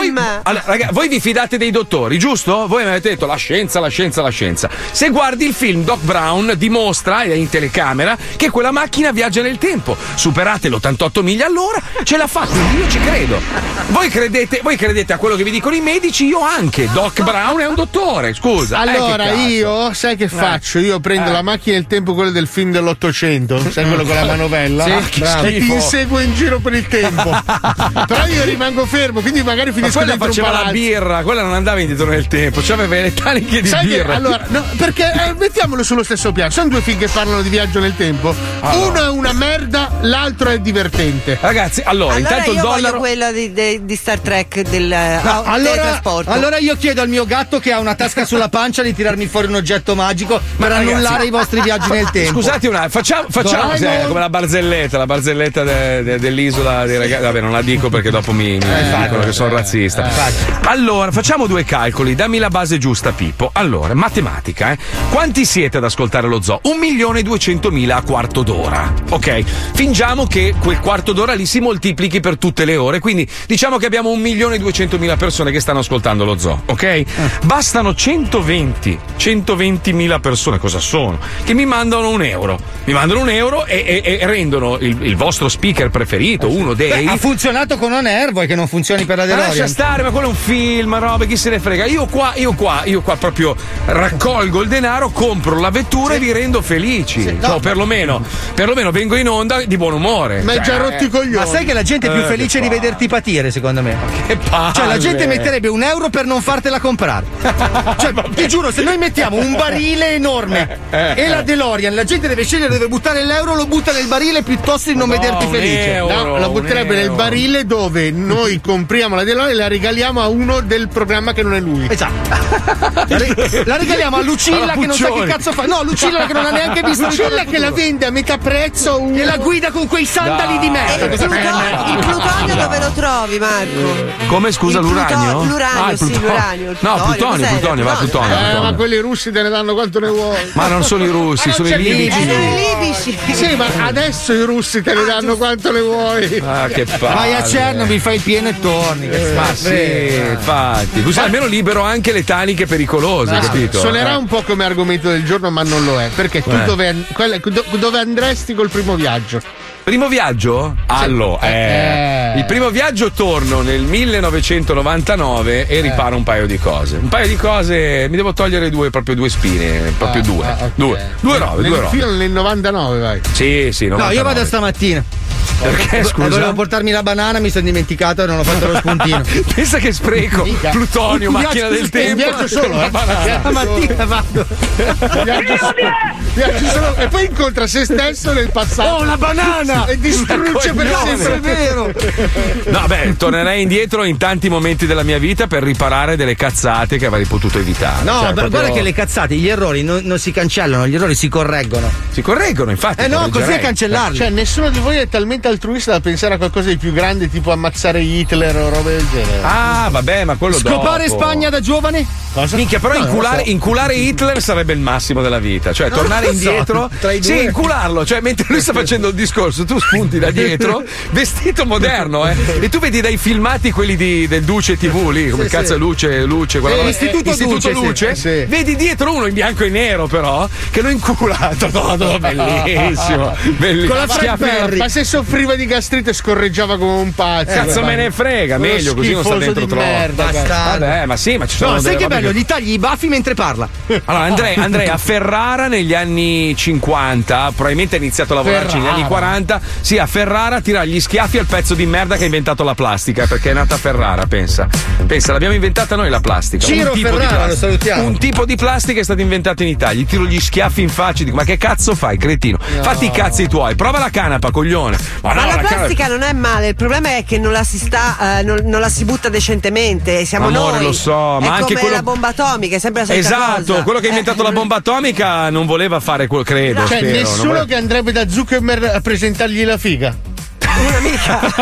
voi vi fidate dei dottori, giusto? Voi mi avete detto la scienza. Se guardi il film, Doc Brown dimostra in telecamera che quella macchina viaggia nel tempo. Superate l'88 miglia all'ora, ce l'ha fatta, io ci credo. Voi credete a quello che vi dicono i medici, io anche. Doc Brown è un dottore, scusa. Allora io, sai che faccio? Io prendo la macchina del tempo, quella del film dell'800, sai quello con la manovella? Sì, e ti inseguo in giro per il tempo. Però io rimango fermo, quindi magari finisco dentro un palazzo. Quella faceva la birra, quella non andava indietro nel tempo, c'aveva le taniche di birra. Allora, no, perché mettiamolo sullo stesso piano. Sono due film che parlano di viaggio nel tempo. Uno è una merda, l'altro è divertente. Ragazzi, allora intanto io il dollaro. Voglio quella di Star Trek del teletrasporto. Allora io chiedo al mio gatto che ha una tasca sulla pancia di tirarmi fuori un oggetto magico per annullare i vostri viaggi nel tempo. Scusate un attimo, facciamo come la barzelletta dell'isola dei ragazzi. Vabbè, non la dico perché dopo mi dicono che sono razzista. Allora, facciamo due calcoli, dammi la base giusta, Pippo. Allora, matematica, Quanti siete ad ascoltare lo zoo? 1.200.000 a quarto d'ora. Ok, fingiamo che quel quarto d'ora lì si moltiplichi per tutte le ore, quindi diciamo che abbiamo 1.200.000 persone che stanno ascoltando lo zoo, ok? Bastano 120.000 persone, cosa sono? Che mi mandano €1. Mi mandano €1 e rendono il vostro speaker preferito, uno dei. Ha funzionato con On Air, vuoi che non funzioni per la DeLorean? Ma lascia stare, ma quello è un film, roba, chi se ne frega. Io qua proprio raccolgo il denaro, compro la vettura e vi rendo felici. Sì, no. Perlomeno vengo in onda di buon umore. Ma hai già rotti i coglioni. Ma sai che la gente è più felice di vederti patire, secondo me. Che palle. Cioè la gente metterebbe €1 per non fartela comprare. Cioè, ti giuro, se noi mettiamo un barile enorme e la DeLorean, la gente deve scegliere dove buttare l'euro, lo butta nel barile piuttosto di non vederti felice. No, la butterebbe nel barile dove noi compriamo la DeLorean e la regaliamo a uno del programma che non è lui. Esatto. La regaliamo a Lucilla che non sa che cazzo fa. No, Lucilla che non ha neanche visto. Lucilla che la vende a metà prezzo e la guida con quei sandali di merda. Il plutonio dove lo trovi, Marco? Come, scusa, l'uranio? L'uranio, sì, l'uranio. No, plutonio, va plutonio. Ma quelli russi te ne danno quanto ne vuoi. Ma non sono i russi, sono i libici. Sì, ma adesso i russi te ne danno quanto ne vuoi. Ah, che palle. Vai a Chernobyl, fai il pieno e torni. Ma sì, infatti. Scusa, almeno libero anche le taniche pericolose, capito? Suonerà un po' come argomento del giorno, ma non lo è. Perché tu dove andresti col primo viaggio? Primo viaggio? Allora, il primo viaggio torno nel 1999 e riparo un paio di cose. Mi devo togliere due spine, proprio due. Okay. Due robe. Fino nel 99 vai. Sì, 99. No, io vado stamattina. Perché, scusa? Volevo portarmi la banana, mi sono dimenticato e non ho fatto lo spuntino. Pensa che spreco. Plutonio, macchina del tempo. Viaggio solo, la mattina vado. Viaggio solo e poi incontra se stesso nel passato. Oh, la banana! E distrugge per sempre. È vero. No, beh, tornerei indietro in tanti momenti della mia vita per riparare delle cazzate che avrei potuto evitare. No, guarda che le cazzate, gli errori non si cancellano, gli errori si correggono. Si correggono, infatti. No, così a cancellarli. Cioè, nessuno di voi è talmente altruista da pensare a qualcosa di più grande, tipo ammazzare Hitler o robe del genere. Ah, vabbè, ma quello Scopare dopo. Spagna da giovane? Cosa? Minchia, però inculare Hitler sarebbe il massimo della vita. Cioè, tornare tornare indietro, sì, incularlo, cioè mentre lui sta facendo il discorso, tu spunti da dietro, vestito moderno, e tu vedi dai filmati quelli del Duce TV lì, come cazzo Luce, quella Istituto Luce, vedi dietro uno in bianco e nero però che lo incula, bellissimo, con la Frank. Ma se soffriva di gastrite scorreggiava come un pazzo. Cazzo me ne frega, meglio così non sta dentro troppo. Vabbè, ma sì, ma ci sono. No, sai che bello, gli tagli i baffi mentre parla. Allora andrei a Ferrara negli anni 50, probabilmente ha iniziato a lavorarci negli anni 40. Sì, a Ferrara a tirare gli schiaffi al pezzo di merda che ha inventato la plastica, perché è nata a Ferrara, pensa, l'abbiamo inventata noi la plastica. Ciro Ferrara, lo salutiamo. Un tipo di plastica è stato inventato in Italia. Gli tiro gli schiaffi in faccia, dico: ma che cazzo fai, cretino? No. Fatti i cazzi tuoi, prova la canapa, coglione. Ma la plastica non è male, il problema è che non la si butta decentemente. Siamo Amore, noi. Lo so, è ma anche come la bomba atomica, è sempre la solita cosa. Quello che ha inventato la bomba atomica non voleva fare quello, credo. Cioè, nessuno che andrebbe da Zuckerberg a presentargli la figa. Un'amica,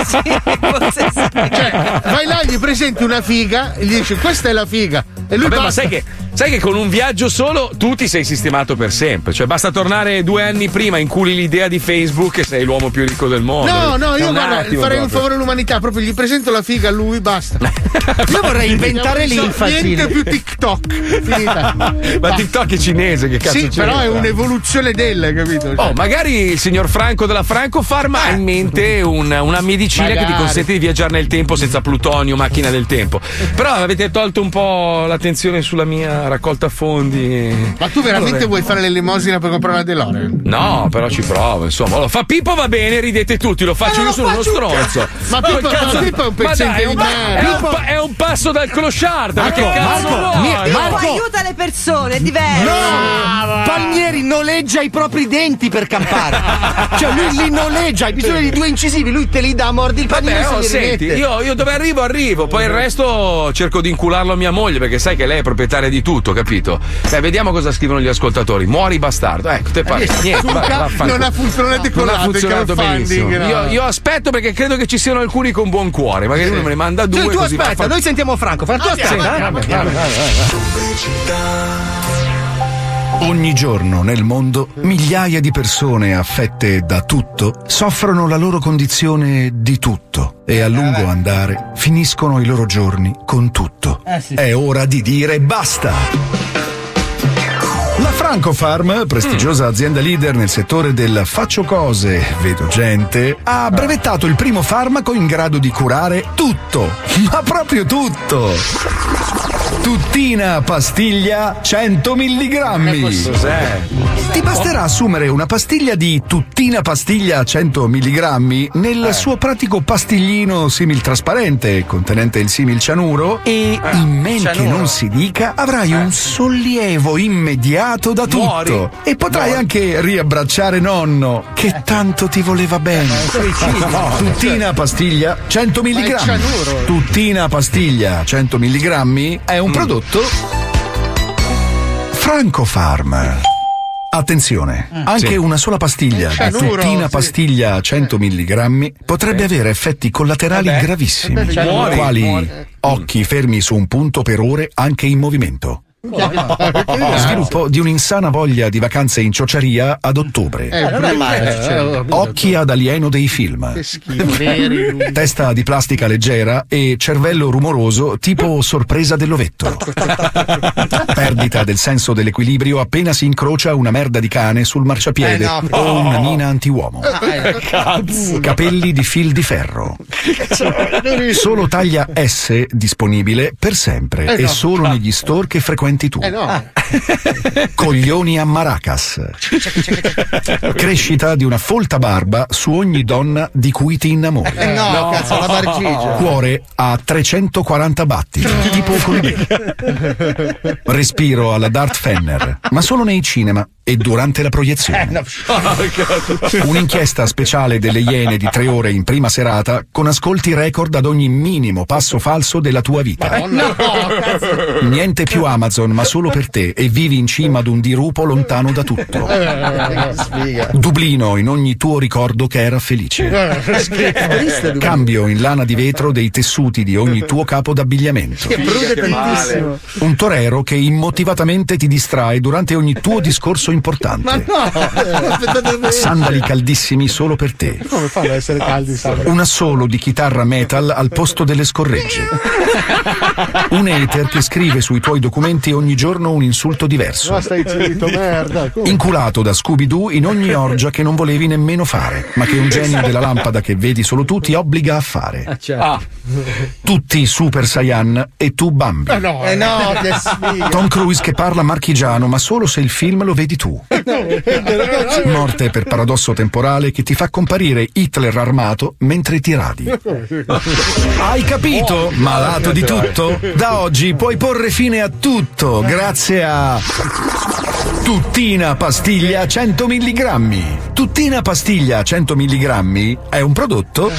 cioè, vai là, gli presenti una figa e gli dici: questa è la figa. E lui ma sai che con un viaggio solo tu ti sei sistemato per sempre. Cioè, basta tornare 2 anni prima, inculi l'idea di Facebook e sei l'uomo più ricco del mondo. No, io farei un favore all'umanità, proprio gli presento la figa a lui, basta. Io vorrei inventare l'infantile. Niente più TikTok. Finita. Ma TikTok è cinese, che cazzo c'è? Sì, però è un'evoluzione capito? Oh, magari il signor Franco della Franco Farma ha in mente una medicina che ti consente di viaggiare nel tempo senza plutonio, macchina del tempo. Però avete tolto un po' l'attenzione sulla mia raccolta fondi. Ma tu veramente vuoi fare l'elemosina per comprare una DeLorean? No, però ci provo, insomma. Fa Pippo, va bene, ridete tutti, lo faccio io, sono uno stronzo. Ma Pippo è un pezzente di merda. È un passo dal clochard. Ma che cazzo vuoi? Marco aiuta le persone, è diverso. No! Palmieri noleggia i propri denti per campare. Cioè lui li noleggia, hai bisogno di 2 incisivi, lui te li dà, mordi il panino. Senti, io dove arrivo, poi il resto cerco di incularlo a mia moglie, perché sai che lei è proprietaria di tutto, capito? Vediamo cosa scrivono gli ascoltatori. Muori bastardo, ecco, te pare. Niente, non ha funzionato benissimo. Io aspetto, perché credo che ci siano alcuni con buon cuore, magari uno me ne manda 2. Tu aspetta, noi sentiamo Franco. Franco, aspetta. Ogni giorno nel mondo migliaia di persone affette da tutto soffrono la loro condizione di tutto e a lungo andare finiscono i loro giorni con tutto. È ora di dire basta! La Francofarm, prestigiosa azienda leader nel settore del faccio cose, vedo gente, ha brevettato il primo farmaco in grado di curare tutto, ma proprio tutto. Tuttina pastiglia 100 mg. Cos'è? Ti basterà assumere una pastiglia di Tuttina pastiglia 100 mg nel suo pratico pastiglino similtrasparente contenente il similcianuro e, in men che non si dica, avrai un sollievo immediato da tutto. Muori. E potrai anche riabbracciare nonno che tanto ti voleva bene. Tuttina pastiglia 100 mg. Tuttina pastiglia 100 mg è un prodotto Francofarm. Attenzione, anche una sola pastiglia di Tuttina pastiglia 100 mg potrebbe avere effetti collaterali gravissimi, quali occhi fermi su un punto per ore anche in movimento. Sviluppo di un'insana voglia di vacanze in ciociaria ad ottobre. Occhi ad alieno dei film. Testa di plastica leggera e cervello rumoroso tipo sorpresa dell'ovetto. Perdita del senso dell'equilibrio appena si incrocia una merda di cane sul marciapiede o una mina antiuomo. Capelli di fil di ferro. Solo taglia S disponibile per sempre e solo negli store che frequenti tu. Coglioni a Maracas. Crescita di una folta barba su ogni donna di cui ti innamori. Cazzo, la bargigia. Cuore a 340 battiti, tipo con me. Respiro alla Darth Fenner, ma solo nei cinema e durante la proiezione. Un'inchiesta speciale delle Iene di 3 ore in prima serata con ascolti record ad ogni minimo passo falso della tua vita. Niente più Amazon, ma solo per te, e vivi in cima ad un dirupo lontano da tutto. Dublino in ogni tuo ricordo che era felice. Cambio in lana di vetro dei tessuti di ogni tuo capo d'abbigliamento. Che prude tantissimo. Un torero che immotivatamente ti distrae durante ogni tuo discorso in importante. Ma no! Sandali caldissimi solo per te. Come fanno ad essere caldi? Un assolo di chitarra metal al posto delle scorregge. Un hater che scrive sui tuoi documenti ogni giorno un insulto diverso. Ma stai zitto, merda. Come? Inculato da Scooby-Doo in ogni orgia che non volevi nemmeno fare, ma che un genio della lampada che vedi solo tu ti obbliga a fare. Tutti Super Saiyan e tu Bambi. No, che sfiga. Tom Cruise che parla marchigiano, ma solo se il film lo vedi tu. Morte per paradosso temporale che ti fa comparire Hitler armato mentre ti radi. Hai capito? Malato di tutto? Da oggi puoi porre fine a tutto grazie a Tuttina pastiglia 100 mg. Tuttina pastiglia 100 mg è un prodotto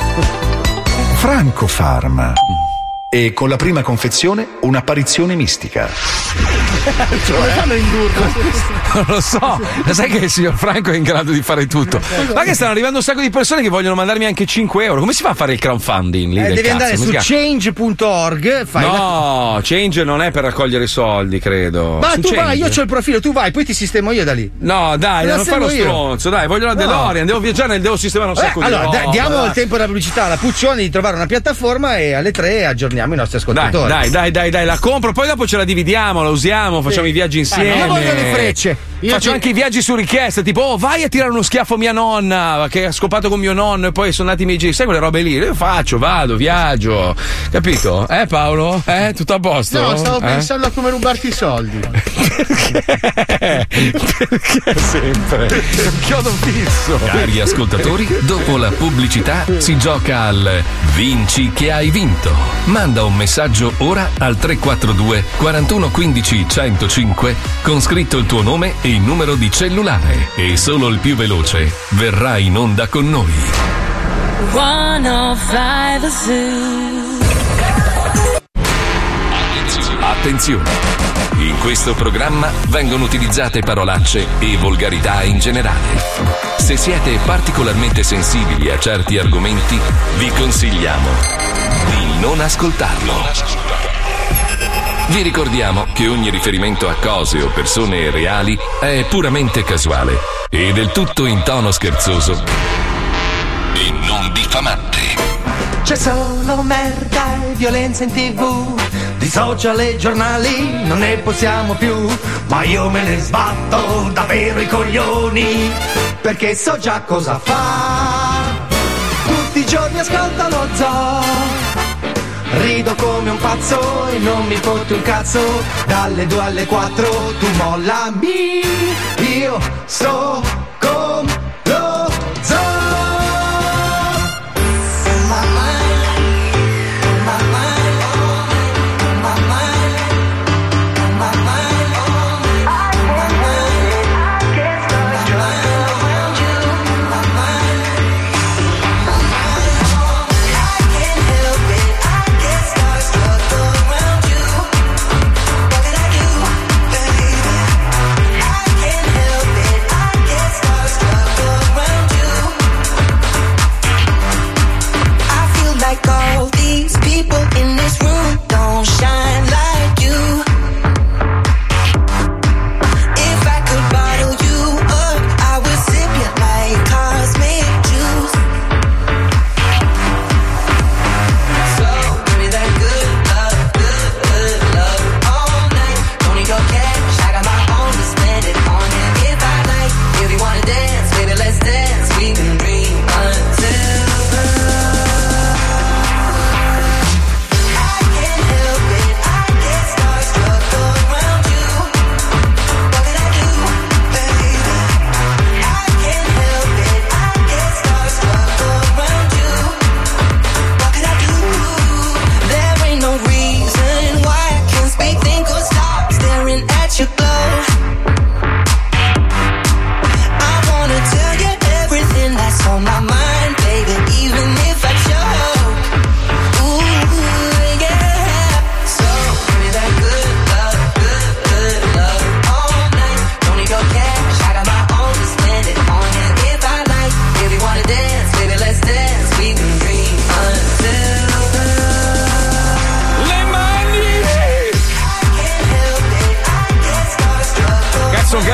Francofarm. E con la prima confezione un'apparizione mistica. Come fanno a indurlo? Non lo so, ma sai che il signor Franco è in grado di fare tutto. Ma che stanno arrivando un sacco di persone che vogliono mandarmi anche 5 euro. Come si fa a fare il crowdfunding lì? Devi andare su change.org. No, Change non è per raccogliere soldi, credo. Ma su tu Change. vai, io c'ho il profilo, tu vai, poi ti sistemo io da lì. No, dai, non fare lo io. stronzo, dai, voglio la DeLorean, devo viaggiare, devo sistemare un sacco di roba. Allora, diamo il tempo della pubblicità alla Puccioni di trovare una piattaforma e alle 3 aggiorniamo i nostri ascoltatori. Dai, la compro, poi dopo ce la dividiamo, la usiamo, facciamo i viaggi insieme. Non voglio le frecce. Faccio anche i viaggi su richiesta, tipo, vai a tirare uno schiaffo a mia nonna, che ha scopato con mio nonno e poi sono andati i miei giri. Sai quelle robe lì? Io faccio, vado, viaggio. Capito? Paolo? Tutto a posto? No, stavo pensando a come rubarti i soldi. Perché sempre? Chiodo fisso. Cari ascoltatori, dopo la pubblicità si gioca al Vinci che hai vinto. Manda un messaggio ora al 342 41 15 105 con scritto il tuo nome e il numero di cellulare e solo il più veloce verrà in onda con noi. 105 Zoo. Attenzione! In questo programma vengono utilizzate parolacce e volgarità in generale. Se siete particolarmente sensibili a certi argomenti, vi consigliamo di non ascoltarlo. Vi ricordiamo che ogni riferimento a cose o persone reali è puramente casuale e del tutto in tono scherzoso e non diffamante. C'è solo merda e violenza in TV, di social e giornali non ne possiamo più, ma io me ne sbatto davvero i coglioni, perché so già cosa fa. Tutti i giorni ascolto lo zoo, rido come un pazzo e non mi fotti un cazzo, dalle 2 alle 4 tu mollami, io sto con lo zoo.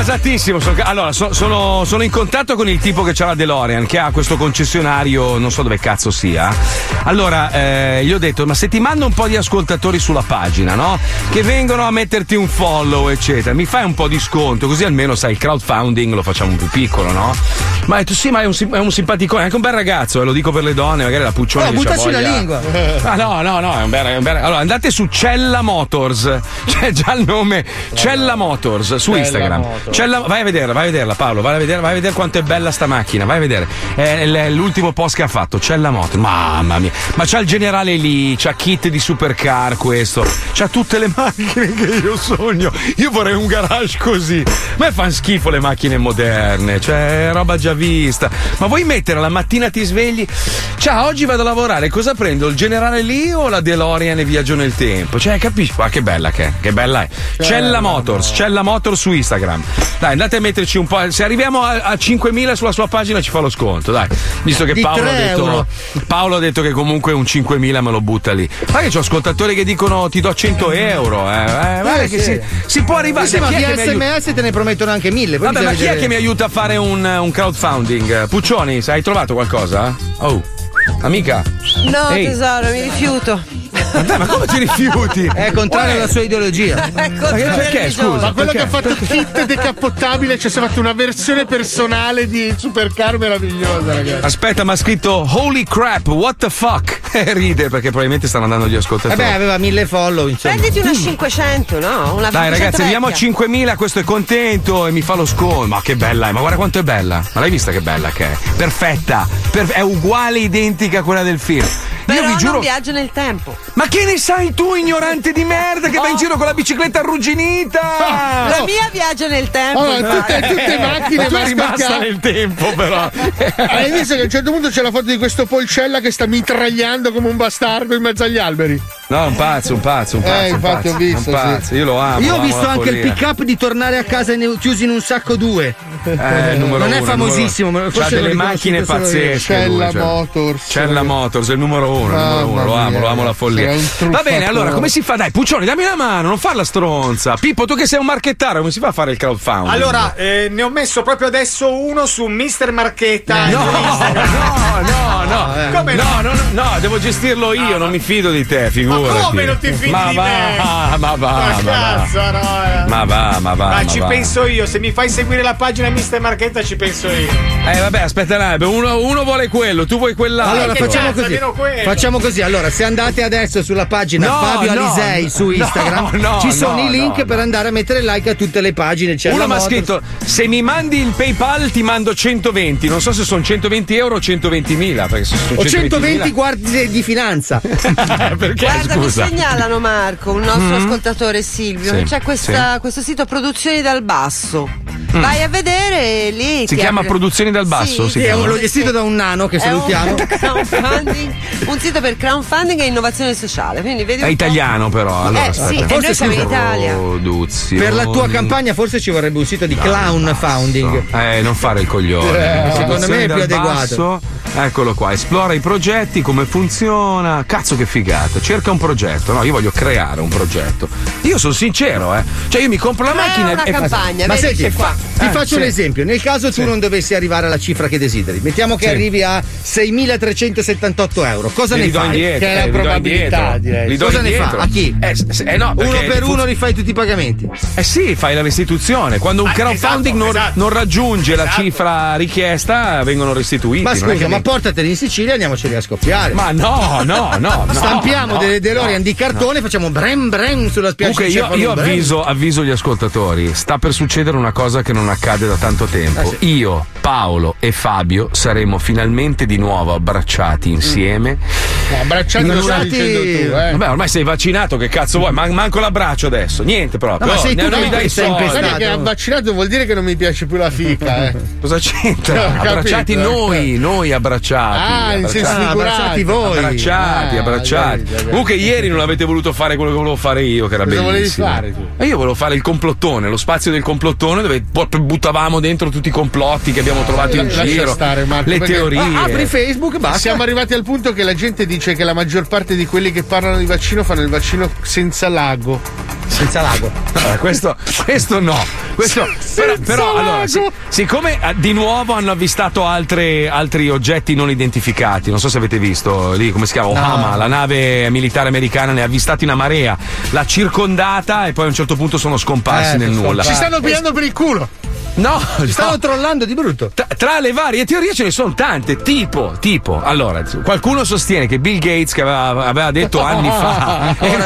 gasatissimo. Allora, sono in contatto con il tipo che c'ha la DeLorean, che ha questo concessionario, non so dove cazzo sia. Allora, gli ho detto, ma se ti mando un po' di ascoltatori sulla pagina, no? Che vengono a metterti un follow, eccetera, mi fai un po' di sconto, così almeno sai il crowdfunding lo facciamo più piccolo, no? Ma ha detto sì, ma è un simpaticone, è anche un bel ragazzo, lo dico per le donne, magari la Puccione buttaci la lingua. Ah no, è un bel. Allora andate su Cella Motors, c'è già il nome, Cella Motors su Instagram. Vai a vederla Paolo, vai a vedere quanto è bella sta macchina, vai a vedere. È l'ultimo post che ha fatto, Cella Motors. Mamma mia, ma c'ha il generale lì, c'ha kit di supercar questo, c'ha tutte le macchine che io sogno. Io vorrei un garage così. A me fanno schifo le macchine moderne, cioè roba già vista. Ma vuoi mettere la mattina ti svegli? Ciao, oggi vado a lavorare, cosa prendo? Il generale lì o la DeLorean e viaggio nel tempo? Cioè, capisci? Ma che bella che bella è. Cella Motors su Instagram. Dai, andate a metterci un po'. Se arriviamo a 5.000 sulla sua pagina ci fa lo sconto, dai. Visto che Paolo ha detto che comunque un 5.000 me lo butta lì. Ma che c'ho ascoltatori che dicono ti do 100 euro. Guarda che si può arrivare. Sì, ma di SMS te ne promettono anche 1.000. Vabbè, ma chi è che mi aiuta a fare un crowdfunding? Puccioni, hai trovato qualcosa? Oh, amica? No, tesoro, mi rifiuto. Vabbè, ma come ti rifiuti? È contrario alla sua ideologia. Perché? Scusa. Ma quello che ha fatto kit decappottabile, cioè si è fatto una versione personale di Supercar meravigliosa, ragazzi. Aspetta, ma ha scritto holy crap, what the fuck? Ride perché probabilmente stanno andando gli ascoltatori. Vabbè, aveva 1.000 follow, insomma. Prenditi una 500, no? Una Dai, ragazzi, arriviamo a 5.000, questo è contento e mi fa lo sconto. Ma che bella è, ma guarda quanto è bella. Ma l'hai vista che bella che è? Perfetta, è uguale, identica a quella del film. Però io vi giuro. non viaggio nel tempo. Ma che ne sai tu, ignorante di merda, che vai in giro con la bicicletta arrugginita? La mia viaggia nel tempo. Tutte macchine, ma è rimasta nel tempo, però. Hai visto che a un certo punto c'è la foto di questo Polcella che sta mitragliando come un bastardo in mezzo agli alberi? No, un pazzo. Infatti ho visto. Sì. Io lo amo. Io ho visto anche il pick up di tornare a casa chiusi in un sacco 2. Non è famosissimo, ma c'ha delle macchine pazzesche. Cella Motors, è il numero uno. Lo amo la follia. Va bene, allora come si fa? Dai, Puccioni, dammi una mano, non farla stronza. Pippo, tu che sei un marchettaro, come si fa a fare il crowdfunding? Allora, ne ho messo proprio adesso uno su Mr. Marchetta. No, devo gestirlo io, non mi fido di te, figurati. Ma come non ti fidi di me? Ma va. Ma ci penso io, se mi fai seguire la pagina Mr. Marchetta ci penso io. Vabbè, aspetta, uno vuole quello, tu vuoi quell'altro. Allora facciamo così. Allora, se andate adesso sulla pagina Fabio Alisei su Instagram, ci sono i link per andare a mettere like a tutte le pagine. Uno mi ha scritto: se mi mandi il PayPal ti mando 120. Non so se sono 120 euro o 120.000. Perché se sono o 120 guardie di finanza. Perché? Guarda, scusa? mi segnalano Marco, un nostro ascoltatore Silvio, che c'è questo sito Produzioni dal Basso. Vai a vedere lì. Si chiama Produzioni dal Basso? Sì, è lo gestito da un nano che salutiamo. Un sito per crowdfunding e innovazione sociale. Quindi vedi è italiano, però. Allora, sì, e noi siamo in Italia. Per la tua campagna forse ci vorrebbe un sito di clown founding. Non fare il coglione. Secondo me è più adeguato. Eccolo qua, esplora i progetti, come funziona. Cazzo che figata, cerca un progetto. No, io voglio creare un progetto. Io sono sincero, Cioè io mi compro la macchina una campagna, ma senti, qua. Ti faccio un esempio. Nel caso tu non dovessi arrivare alla cifra che desideri, mettiamo che arrivi a 6.378 euro. Cosa ne fai? Che è la probabilità, direi. Cosa ne fa? A chi? No, uno per uno rifai tutti i pagamenti. Sì, fai la restituzione. Quando un crowdfunding non raggiunge la cifra richiesta, vengono restituiti. Ma scusa, ma portateli in Sicilia e andiamoceli a scoppiare. Ma no. Stampiamo delle DeLorean di cartone, facciamo brem sulla spiaggia. Comunque io avviso gli ascoltatori, sta per succedere una cosa che non accade da tanto tempo. Sì. Io, Paolo e Fabio saremo finalmente di nuovo abbracciati insieme. Abbracciati lo stai dicendo tu, Vabbè, ormai sei vaccinato, che cazzo vuoi? Manco l'abbraccio adesso, niente proprio. No, ma sei tu non mi dai soldi. Guarda che vaccinato vuol dire che non mi piace più la fica, Cosa c'entra? Abbracciati noi abbracciati. In senso abbracciati voi. Abbracciati. Comunque ieri non avete voluto fare quello che volevo fare io, che era bellissimo. Cosa volevi fare tu? E io volevo fare il complottone, lo spazio del complottone dove buttavamo dentro tutti i complotti che abbiamo trovato in giro, stare, Marco, le teorie. Apri Facebook, basta. Siamo arrivati al punto che la gente dice che la maggior parte di quelli che parlano di vaccino fanno il vaccino senza lago. Senza lago. Questo no. Questo, però allora, siccome di nuovo hanno avvistato altri oggetti non identificati, non so se avete visto lì, come si chiama? Ohama, la nave militare americana ne ha avvistati una marea, l'ha circondata e poi a un certo punto sono scomparsi nel nulla. Ci stanno pigliando per il culo. No, stanno trollando di brutto. Tra le varie teorie ce ne sono tante, tipo, allora, qualcuno sostiene che Bill Gates, che aveva detto anni fa, appena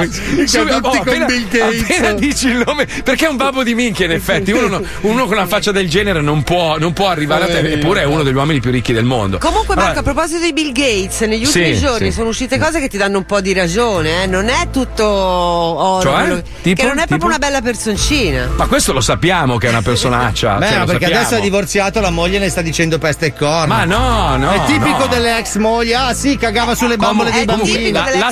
dici il nome, perché è un babbo di minchia, in effetti, uno con una faccia del genere non può arrivare a te, eppure è uno degli uomini più ricchi del mondo. Comunque, Marco, a proposito di Bill Gates, negli ultimi giorni sono uscite cose che ti danno un po' di ragione, non è tutto oro, cioè? Che non è proprio una bella personcina. Ma questo lo sappiamo che è una persona. Perché adesso è divorziato, la moglie ne sta dicendo peste e corna. Ma no. È tipico delle ex mogli. Ah sì, cagava sulle bambole dei bambini.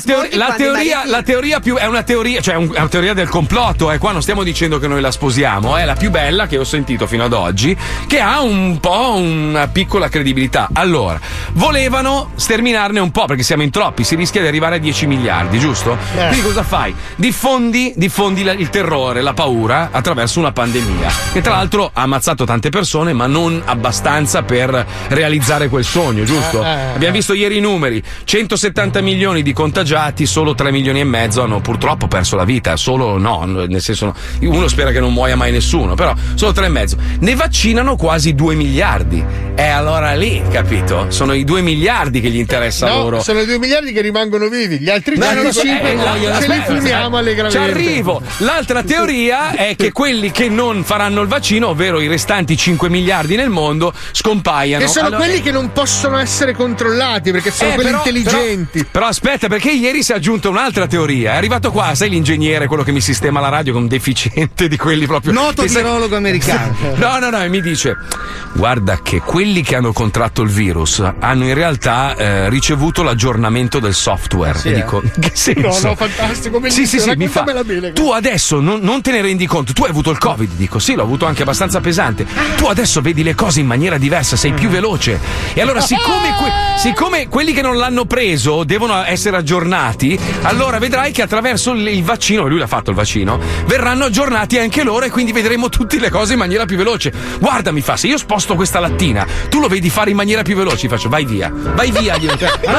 La teoria più è una teoria, cioè è una teoria del complotto. Qua non stiamo dicendo che noi la sposiamo, è la più bella che ho sentito fino ad oggi, che ha un po' una piccola credibilità. Allora, volevano sterminarne un po' perché siamo in troppi, si rischia di arrivare a 10 miliardi, giusto? Quindi cosa fai? Diffondi il terrore, la paura attraverso una pandemia. Che tra l'altro ha ammazzato tante persone, ma non abbastanza per realizzare quel sogno, giusto? Abbiamo visto ieri i numeri: 170 milioni di contagiati, solo 3 milioni e mezzo hanno purtroppo perso la vita. Solo no, nel senso, uno spera che non muoia mai nessuno, però solo 3,5. Ne vaccinano quasi 2 miliardi. E allora lì, capito? Sono i 2 miliardi che gli interessa loro. Sono i 2 miliardi che rimangono vivi, gli altri 5 ce li fumiamo allegramente. Ci arrivo. L'altra teoria è che quelli che non faranno il vaccino, ovvero i restanti 5 miliardi nel mondo, scompaiano. E sono quelli che non possono essere controllati perché sono quelli intelligenti. Però aspetta, perché ieri si è aggiunta un'altra teoria. È arrivato qua, sai, l'ingegnere, quello che mi sistema la radio, con un deficiente di quelli proprio. Noto virologo americano. No, e mi dice: guarda che quelli che hanno contratto il virus hanno in realtà ricevuto l'aggiornamento del software. E dico, che senso? No, fantastico, bellissimo. Sì, mi fa. Tu adesso non te ne rendi conto. Tu hai avuto il Covid, dico, sì, l'ho avuto anche abbastanza pesante. Tu adesso vedi le cose in maniera diversa, sei più veloce. E allora, siccome quelli che non l'hanno preso devono essere aggiornati, allora vedrai che attraverso il vaccino, e lui l'ha fatto il vaccino, verranno aggiornati anche loro, e quindi vedremo tutte le cose in maniera più veloce. Guarda, mi fa, se io sposto questa lattina, tu lo vedi fare in maniera più veloce. Faccio, vai via. Vai via, non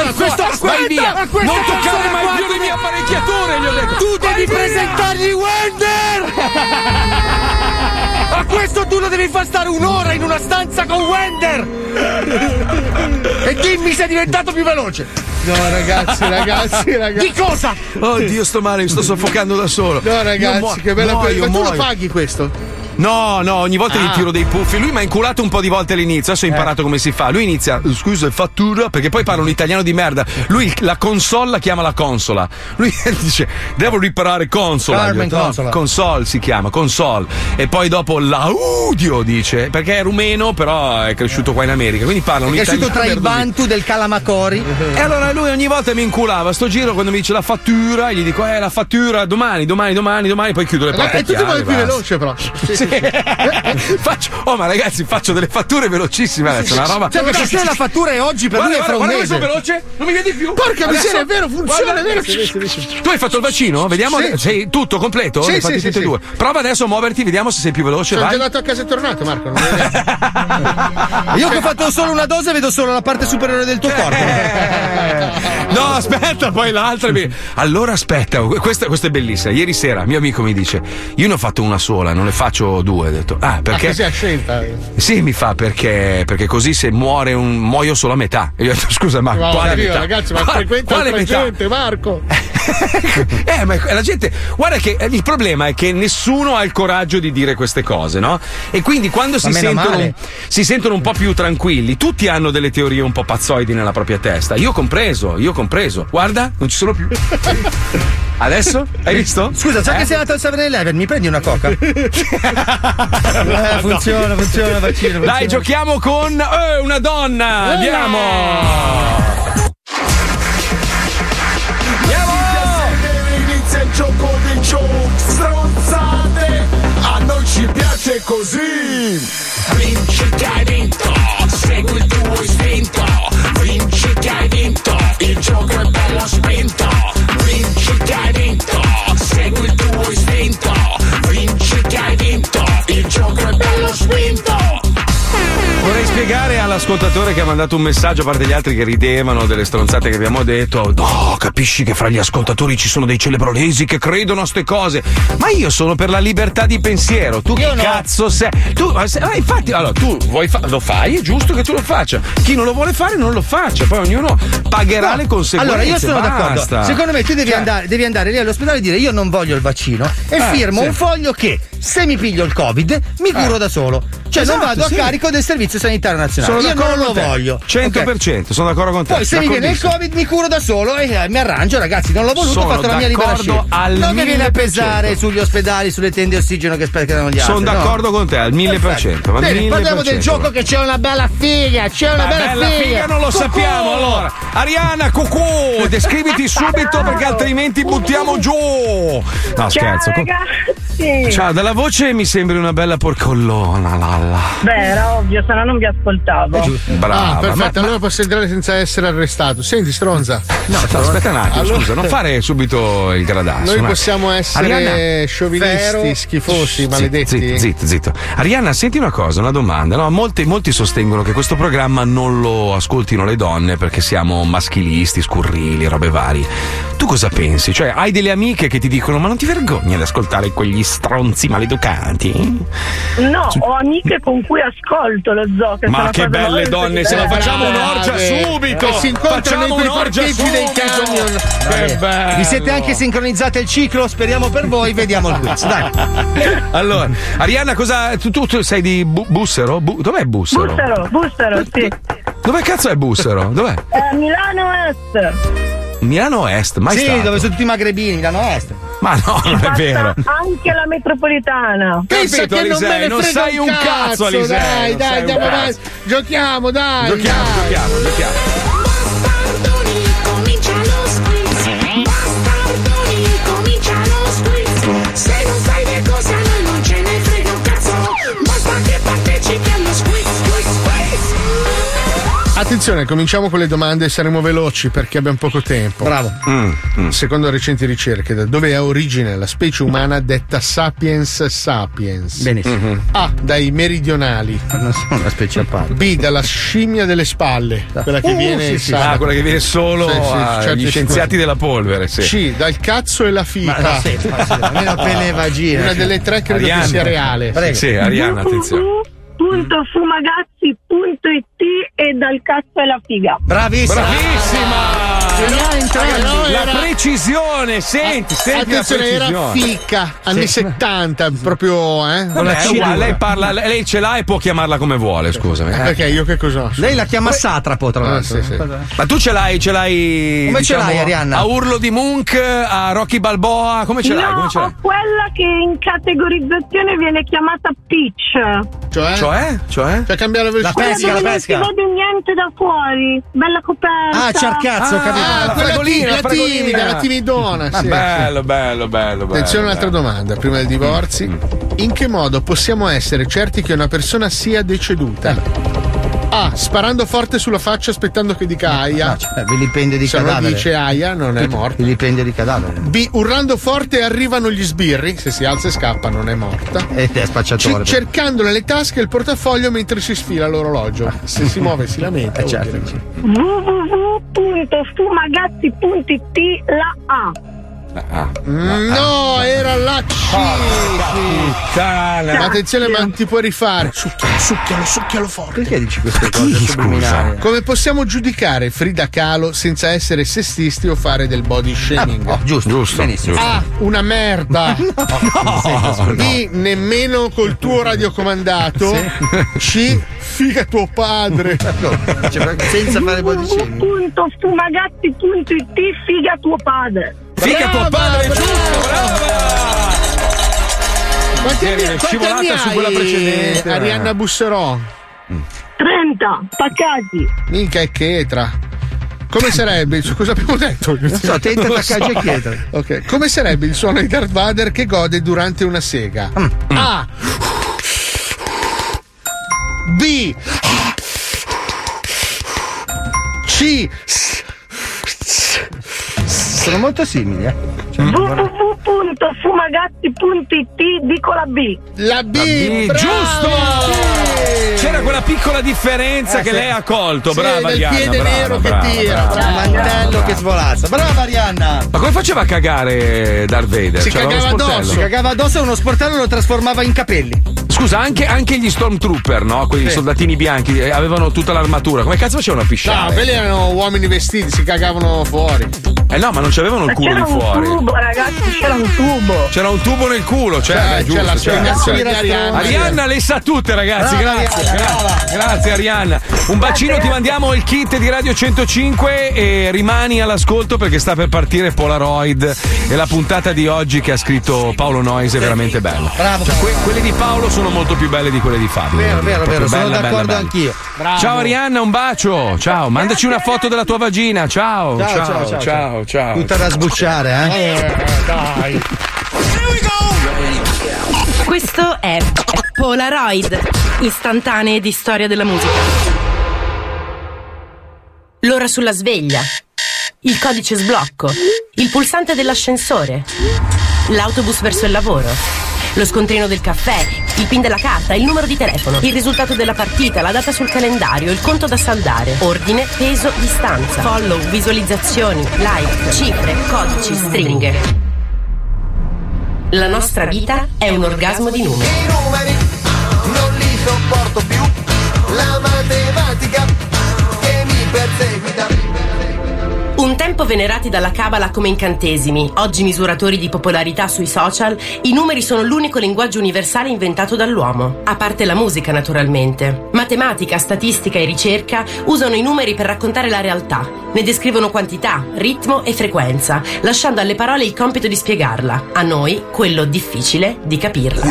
toccare mai più le mie apparecchiature, gli ho detto. Tu devi presentargli Wender! A questo tu lo devi far stare un'ora in una stanza con Wender! E dimmi se è diventato più veloce! No, ragazzi. Di cosa? Oddio, sto male, mi sto soffocando da solo. No, ragazzi, che bella cosa. Ma tu lo paghi questo? No, ogni volta gli tiro dei puffi. Lui mi ha inculato un po' di volte all'inizio, adesso ho imparato come si fa. Lui inizia, scusa, fattura, perché poi parla un italiano di merda. Lui la console la chiama la consola. Lui dice, devo riparare consola. Console si chiama, console. E poi dopo l'audio dice, perché è rumeno, però è cresciuto qua in America, quindi parla un italiano. È cresciuto tra i Bantu del Kalamacori. E allora lui ogni volta mi inculava. Sto giro quando mi dice la fattura, gli dico, la fattura domani, poi chiudo le porte. E tu ti vuoi più veloce, però. Ma ragazzi, faccio delle fatture velocissime adesso, una roba. Cioè, perché se la fattura è oggi, per lui è fra un mese. Sono veloce? Non mi vedi più? Porca miseria, è vero, funziona, è vero. Tu hai fatto il vaccino? Vediamo. Sei tutto completo? Sì, tutte e due. Prova adesso a muoverti, vediamo se sei più veloce. Sono già andato a casa e tornato, Marco. Io che ho fatto solo una dose vedo solo la parte superiore del tuo corpo. No, aspetta, poi l'altra. Allora aspetta, questa è bellissima. Ieri sera mio amico mi dice, io ne ho fatto una sola, non ne faccio 2. Ho detto, perché? Così a scelta. Sì, mi fa perché così se muoio solo a metà. E io ho detto, scusa, ma quale metà? Ragazzi, ma frequenta la gente, Marco. Ma la gente, guarda che il problema è che nessuno ha il coraggio di dire queste cose, no? E quindi quando si sentono un po' più tranquilli, tutti hanno delle teorie un po' pazzoidi nella propria testa. Io compreso. Guarda, non ci sono più. Adesso? Hai visto? Scusa, già che sei andato al 7-Eleven, mi prendi una coca? Funziona, vaccino. Dai, giochiamo con una donna. Andiamo. Inizia il gioco dei stronzate. A noi ci piace così. Vinci che hai vinto, segui il tuo istinto. Vinci che hai vinto, il gioco è bello spinto. Vinci che hai vinto, segui il tuo istinto. Vinci che hai vinto, all'ascoltatore che ha mandato un messaggio, a parte gli altri che ridevano delle stronzate che abbiamo detto. No, capisci che fra gli ascoltatori ci sono dei celebrolesi che credono a ste cose. Ma io sono per la libertà di pensiero. Tu che cazzo sei? Infatti, allora tu lo fai, è giusto che tu lo faccia. Chi non lo vuole fare non lo faccia, poi ognuno pagherà le conseguenze. Allora io sono d'accordo. Basta. Secondo me tu devi andare lì all'ospedale e dire io non voglio il vaccino e firmo un foglio che se mi piglio il Covid mi curo da solo. Cioè non vado a carico del Servizio Sanitario Nazionale. Io non lo voglio. 100%, sono d'accordo con te. Poi se mi viene il Covid mi curo da solo e mi arrangio, ragazzi, non l'ho voluto, ho fatto la mia libera scelta. Non mi viene a pesare sugli ospedali, sulle tende ossigeno che aspettano gli altri. Sono d'accordo con te al 1000%. Bene, parliamo del gioco che c'è una bella figa, bella figa non lo sappiamo. Allora, Arianna, cucù, descriviti subito perché altrimenti buttiamo giù. No, scherzo. Ragazzi. Ciao, dalla voce mi sembri una bella porcollona, Lalla. Beh, era ovvio, se no non vi ascoltavo. Brava. Perfetto, allora posso entrare senza essere arrestato. Senti, stronza. No, aspetta un attimo, scusa, non fare subito il gradasso. Noi possiamo essere sciovinisti, schifosi, maledetti. Zitto. Arianna, senti una cosa, una domanda. No, molti sostengono che questo programma non lo ascoltino le donne perché siamo maschilisti, scurrili, robe varie. Tu cosa pensi? Cioè, hai delle amiche che ti dicono ma non ti vergogni ad ascoltare quegli stronzi maleducati? No, ho amiche con cui ascolto lo zoo. Ma che belle donne, se la facciamo un'orgia subito! E si incontrano nei parcheggi dei camion. Che bello! Vi siete anche sincronizzati il ciclo? Speriamo per voi, vediamo il quiz. Dai. Allora, Arianna, cosa. Tu sei di Bussero? Dov'è Bussero? Bussero, sì. Dove cazzo è Bussero? Dov'è? Milano Est. Milano Est, mai stato? Sì, dove sono tutti i magrebini, Milano Est. Ma no, non è vero. Anche la metropolitana. Pensa che non me ne non frega sai un cazzo, Alisei. Dai, andiamo avanti. Giochiamo, dai. Giochiamo. Bastardoni, comincia lo squiz. Bastardoni, comincia lo squiz. Se non sai che cosa noi non ce ne frega un cazzo. Basta che partecipi allo squiz. Attenzione, cominciamo con le domande e saremo veloci perché abbiamo poco tempo. Bravo. Secondo recenti ricerche, da dove ha origine la specie umana detta sapiens sapiens? Benissimo. A. Dai meridionali. Non sono una specie a parte. B. Dalla scimmia delle spalle. Quella che viene quella che viene solo agli scienziati della polvere. Sì. C. Dal cazzo e la fica. Almeno penne e vagina. Una delle tre credo che sia reale. Prego. Sì, Arianna, attenzione. .fumagazzi.it e dal cazzo e la figa. Bravissima! La precisione, senti attenzione, la precisione. Era fica, anni 70, proprio lei ce l'ha e può chiamarla come vuole, scusami. Perché io che cosa? Lei la chiama satrapo, tra l'altro. Sì. Ma tu ce l'hai come ce l'hai, Arianna? A urlo di Munch, a Rocky Balboa, come ce l'hai? Ho quella che in categorizzazione viene chiamata pitch. Cioè cambiare la pesca. Non si vede niente da fuori, bella coperta. Ah, Ciarcazzo, capito? La timidona. Sì. Bello. Attenzione, un'altra domanda prima del divorzi. In che modo possiamo essere certi che una persona sia deceduta? A. Sparando forte sulla faccia aspettando che dica aia. Vilipendio di cadavere. Se non dice aia non è morta. Vilipendio di cadavere. B. Urlando forte e arrivano gli sbirri. Se si alza e scappa non è morta. Ed è spacciatore. Cercando nelle tasche il portafoglio mentre si sfila l'orologio. Se si muove si lamenta. Certo. www.fumagazzi.it la A. No, era la C. Attenzione, ma ti puoi rifare. Succhialo forte. Perché dici queste cose? Scusa. Come possiamo giudicare Frida Kahlo senza essere sessisti o fare del body shaming? Giusto. Benissimo. A. Una merda. B. Nemmeno col tuo radiocomandato. C. Figa tuo padre. Senza fare body shaming. www.fumagazzi.it figa tuo padre. Figa tuo padre, giusto, brava! Quanti anni su quella precedente. Arianna Busserò? 30, paccati. Minchia e chetra. Come sarebbe? Cosa abbiamo detto? Non so, tenta paccaggi e chetra. Ok. Come sarebbe il suono di Darth Vader che gode durante una sega? A. B. C. Sono molto simili, www.fumagazzi.it dico la B. La B, giusto! c'era quella piccola differenza che lei ha colto. Brava del Arianna. piede nero che tira, mantello che svolazza. Brava Arianna. Ma come faceva a cagare Darth Vader? Si cagava addosso e uno sportello lo trasformava in capelli. Scusa, anche gli Stormtrooper, no? Quei soldatini bianchi avevano tutta l'armatura. Come cazzo facevano a pisciare? No, quelli erano uomini vestiti, si cagavano fuori. No, ma non c'avevano il culo di fuori. C'era un tubo, ragazzi, c'era un tubo. C'era un tubo nel culo, giusto. Arianna le sa tutte, ragazzi. Brava, grazie. Arianna, Grazie Arianna. Un bacino, ti mandiamo il kit di Radio 105 e rimani all'ascolto perché sta per partire Polaroid e la puntata di oggi che ha scritto Paolo Noyes è veramente bella. Bravo. Cioè, quelle di Paolo sono molto più belle di quelle di Fabio. Vero, sono d'accordo anch'io. Bravo. Ciao Arianna, un bacio. Ciao, mandaci una foto della tua vagina. Ciao. Tutta da sbucciare, dai. Questo è Polaroid, istantanee di storia della musica. L'ora sulla sveglia, il codice sblocco, il pulsante dell'ascensore, l'autobus verso il lavoro, lo scontrino del caffè, il pin della carta, il numero di telefono, il risultato della partita, la data sul calendario, il conto da saldare, ordine, peso, distanza, follow, visualizzazioni, like, cifre, codici, stringhe. La nostra vita è un orgasmo di numeri. I numeri non li sopporto più, la matematica che mi perseguita. Un tempo venerati dalla Cabala come incantesimi, oggi misuratori di popolarità sui social, i numeri sono l'unico linguaggio universale inventato dall'uomo, a parte la musica naturalmente. Matematica, statistica e ricerca usano i numeri per raccontare la realtà, ne descrivono quantità, ritmo e frequenza, lasciando alle parole il compito di spiegarla, a noi quello difficile di capirla.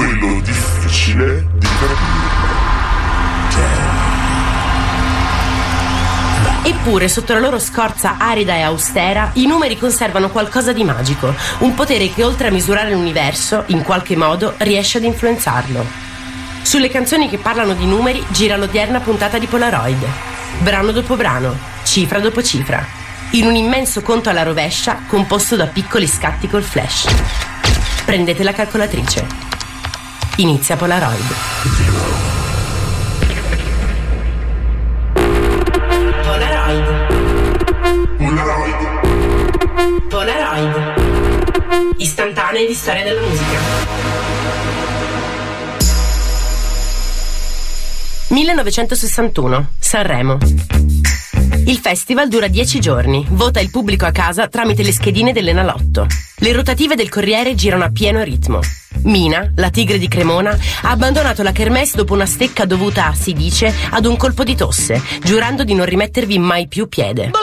Eppure, sotto la loro scorza arida e austera, i numeri conservano qualcosa di magico, un potere che oltre a misurare l'universo, in qualche modo riesce ad influenzarlo. Sulle canzoni che parlano di numeri gira l'odierna puntata di Polaroid. Brano dopo brano, cifra dopo cifra, in un immenso conto alla rovescia composto da piccoli scatti col flash. Prendete la calcolatrice. Inizia Polaroid. Polaroid. Istantanee di storia della musica. 1961, Sanremo. Il festival dura 10 giorni, vota il pubblico a casa tramite le schedine dell'Enalotto. Le rotative del Corriere girano a pieno ritmo. Mina, la tigre di Cremona, ha abbandonato la kermesse dopo una stecca dovuta, si dice, ad un colpo di tosse, giurando di non rimettervi mai più piede.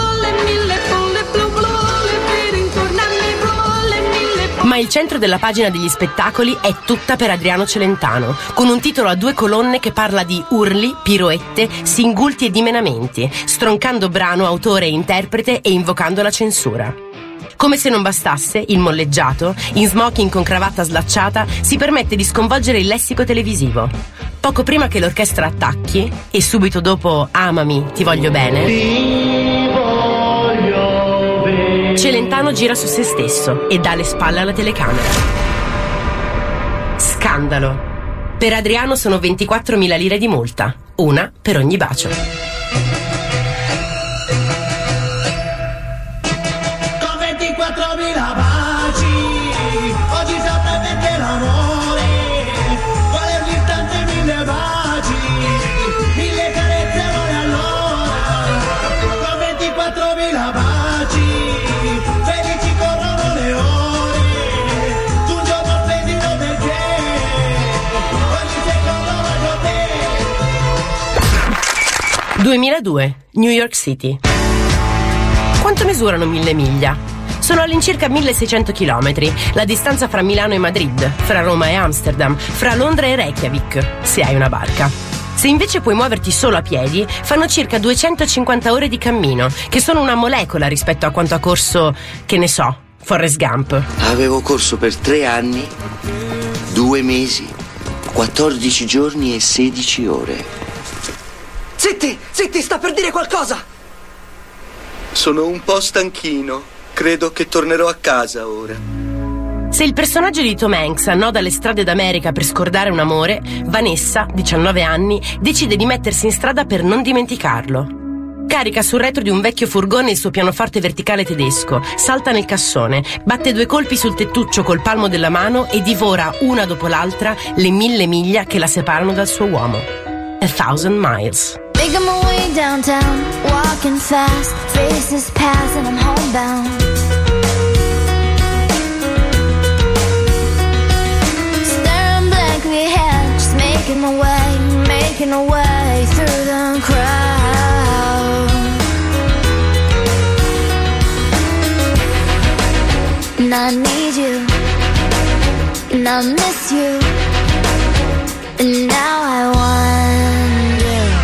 Ma il centro della pagina degli spettacoli è tutta per Adriano Celentano, con un titolo a 2 colonne che parla di urli, piroette, singulti e dimenamenti, stroncando brano, autore e interprete e invocando la censura. Come se non bastasse, il molleggiato, in smoking con cravatta slacciata, si permette di sconvolgere il lessico televisivo. Poco prima che l'orchestra attacchi, e subito dopo Amami, ti voglio bene, Celentano gira su se stesso e dà le spalle alla telecamera. Scandalo. Per Adriano sono 24.000 lire di multa, una per ogni bacio. Con 24.000 baci, oggi saprei perché l'amore vuole ogni istante 1000 baci, 1000 carezze vuole allora. Con 24.000 baci, felici corrono le ore, tu un giorno splendido perché ogni secondo voglio te. 2002, New York City. Quanto misurano 1000 miglia? Sono all'incirca 1600 km, la distanza fra Milano e Madrid, fra Roma e Amsterdam, fra Londra e Reykjavik, se hai una barca. Se invece puoi muoverti solo a piedi, fanno circa 250 ore di cammino, che sono una molecola rispetto a quanto ha corso, che ne so, Forrest Gump. Avevo corso per 3 anni, 2 mesi, 14 giorni e 16 ore. Zitti, zitti, sta per dire qualcosa! Sono un po' stanchino. Credo che tornerò a casa ora. Se il personaggio di Tom Hanks annoda le strade d'America per scordare un amore, Vanessa, 19 anni, decide di mettersi in strada per non dimenticarlo. Carica sul retro di un vecchio furgone il suo pianoforte verticale tedesco, salta nel cassone, batte 2 colpi sul tettuccio col palmo della mano e divora una dopo l'altra le 1000 miglia che la separano dal suo uomo. 1,000 miles. Making my way downtown, walking fast, faces pass and I'm homebound. Staring blankly ahead, just making my way through the crowd. And I need you, and I miss you, and now I want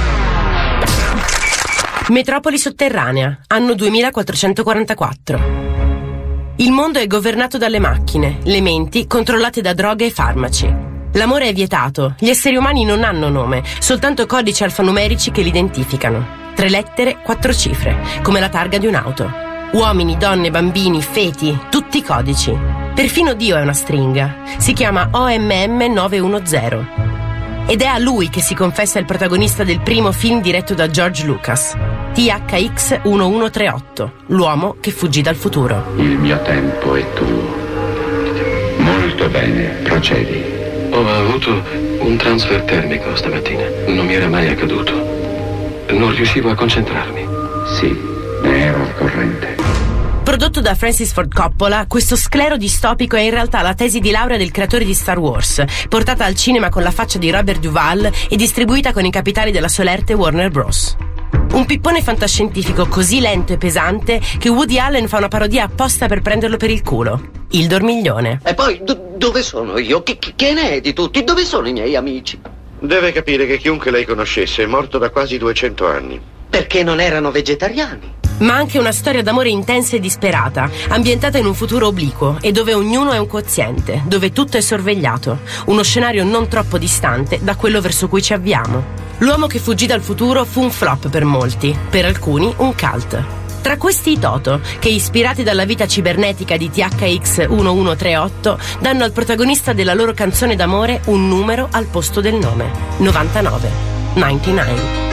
you. Metropoli sotterranea, anno 2444. Il mondo è governato dalle macchine, le menti controllate da droghe e farmaci. L'amore è vietato, gli esseri umani non hanno nome, soltanto codici alfanumerici che li identificano. 3 lettere, 4 cifre, come la targa di un'auto. Uomini, donne, bambini, feti, tutti codici. Perfino Dio è una stringa. Si chiama OMM 910. Ed è a lui che si confessa il protagonista del primo film diretto da George Lucas. THX 1138, l'uomo che fuggì dal futuro. Il mio tempo è tuo. Molto bene, procedi. Ho avuto un transfer termico stamattina. Non mi era mai accaduto. Non riuscivo a concentrarmi. Sì, ne ero al corrente. Prodotto da Francis Ford Coppola, questo sclero distopico è in realtà la tesi di laurea del creatore di Star Wars, portata al cinema con la faccia di Robert Duvall e distribuita con i capitali della solerte Warner Bros. Un pippone fantascientifico così lento e pesante che Woody Allen fa una parodia apposta per prenderlo per il culo. Il dormiglione. E poi, dove sono io? Che ne è di tutti? Dove sono i miei amici? Deve capire che chiunque lei conoscesse è morto da quasi 200 anni. Perché non erano vegetariani. Ma anche una storia d'amore intensa e disperata, ambientata in un futuro obliquo e dove ognuno è un quoziente, dove tutto è sorvegliato. Uno scenario non troppo distante da quello verso cui ci avviamo. L'uomo che fuggì dal futuro fu un flop per molti, per alcuni un cult. Tra questi i Toto, che ispirati dalla vita cibernetica di THX 1138, danno al protagonista della loro canzone d'amore un numero al posto del nome. 99. 99.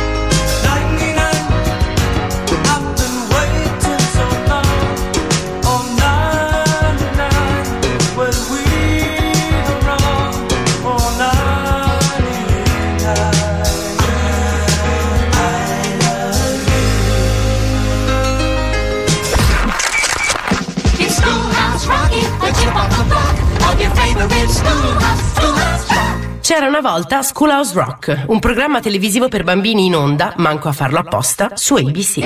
C'era una volta Schoolhouse Rock, un programma televisivo per bambini in onda, manco a farlo apposta, su ABC.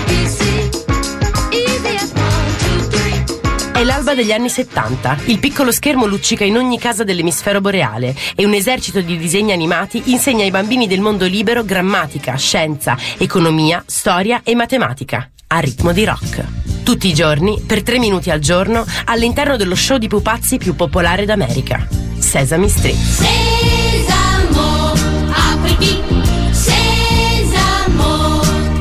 È l'alba degli anni 70, il piccolo schermo luccica in ogni casa dell'emisfero boreale e un esercito di disegni animati insegna ai bambini del mondo libero grammatica, scienza, economia, storia e matematica, a ritmo di rock. Tutti i giorni, per 3 minuti al giorno, all'interno dello show di pupazzi più popolare d'America, Sesame Street. Sesamo, apriti, Sesamo,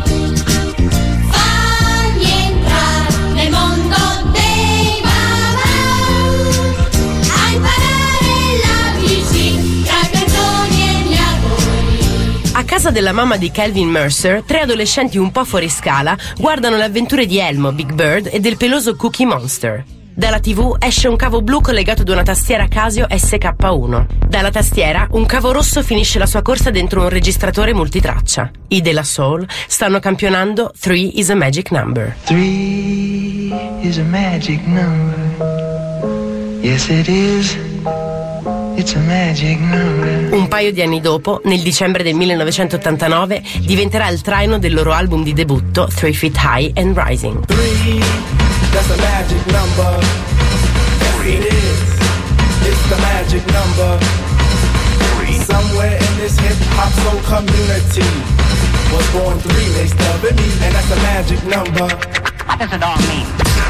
fagli entrare nel mondo dei babà, a imparare l'ABC tra canzoni e gli auguri. A casa della mamma di Calvin Mercer, 3 adolescenti un po' fuori scala guardano le avventure di Elmo, Big Bird e del peloso Cookie Monster. Dalla TV esce un cavo blu collegato ad una tastiera Casio SK1. Dalla tastiera un cavo rosso finisce la sua corsa dentro un registratore multitraccia. I della Soul stanno campionando 3 is a Magic Number. 3 is a magic number. Yes it is. It's a magic number. Un paio di anni dopo, nel dicembre del 1989, diventerà il traino del loro album di debutto 3 Feet High and Rising. 3, that's a magic number. Yes it is. It's the magic number. 3. Somewhere in this hip hop soul community was born 3 laced up in me, and that's a magic number. What does it all mean?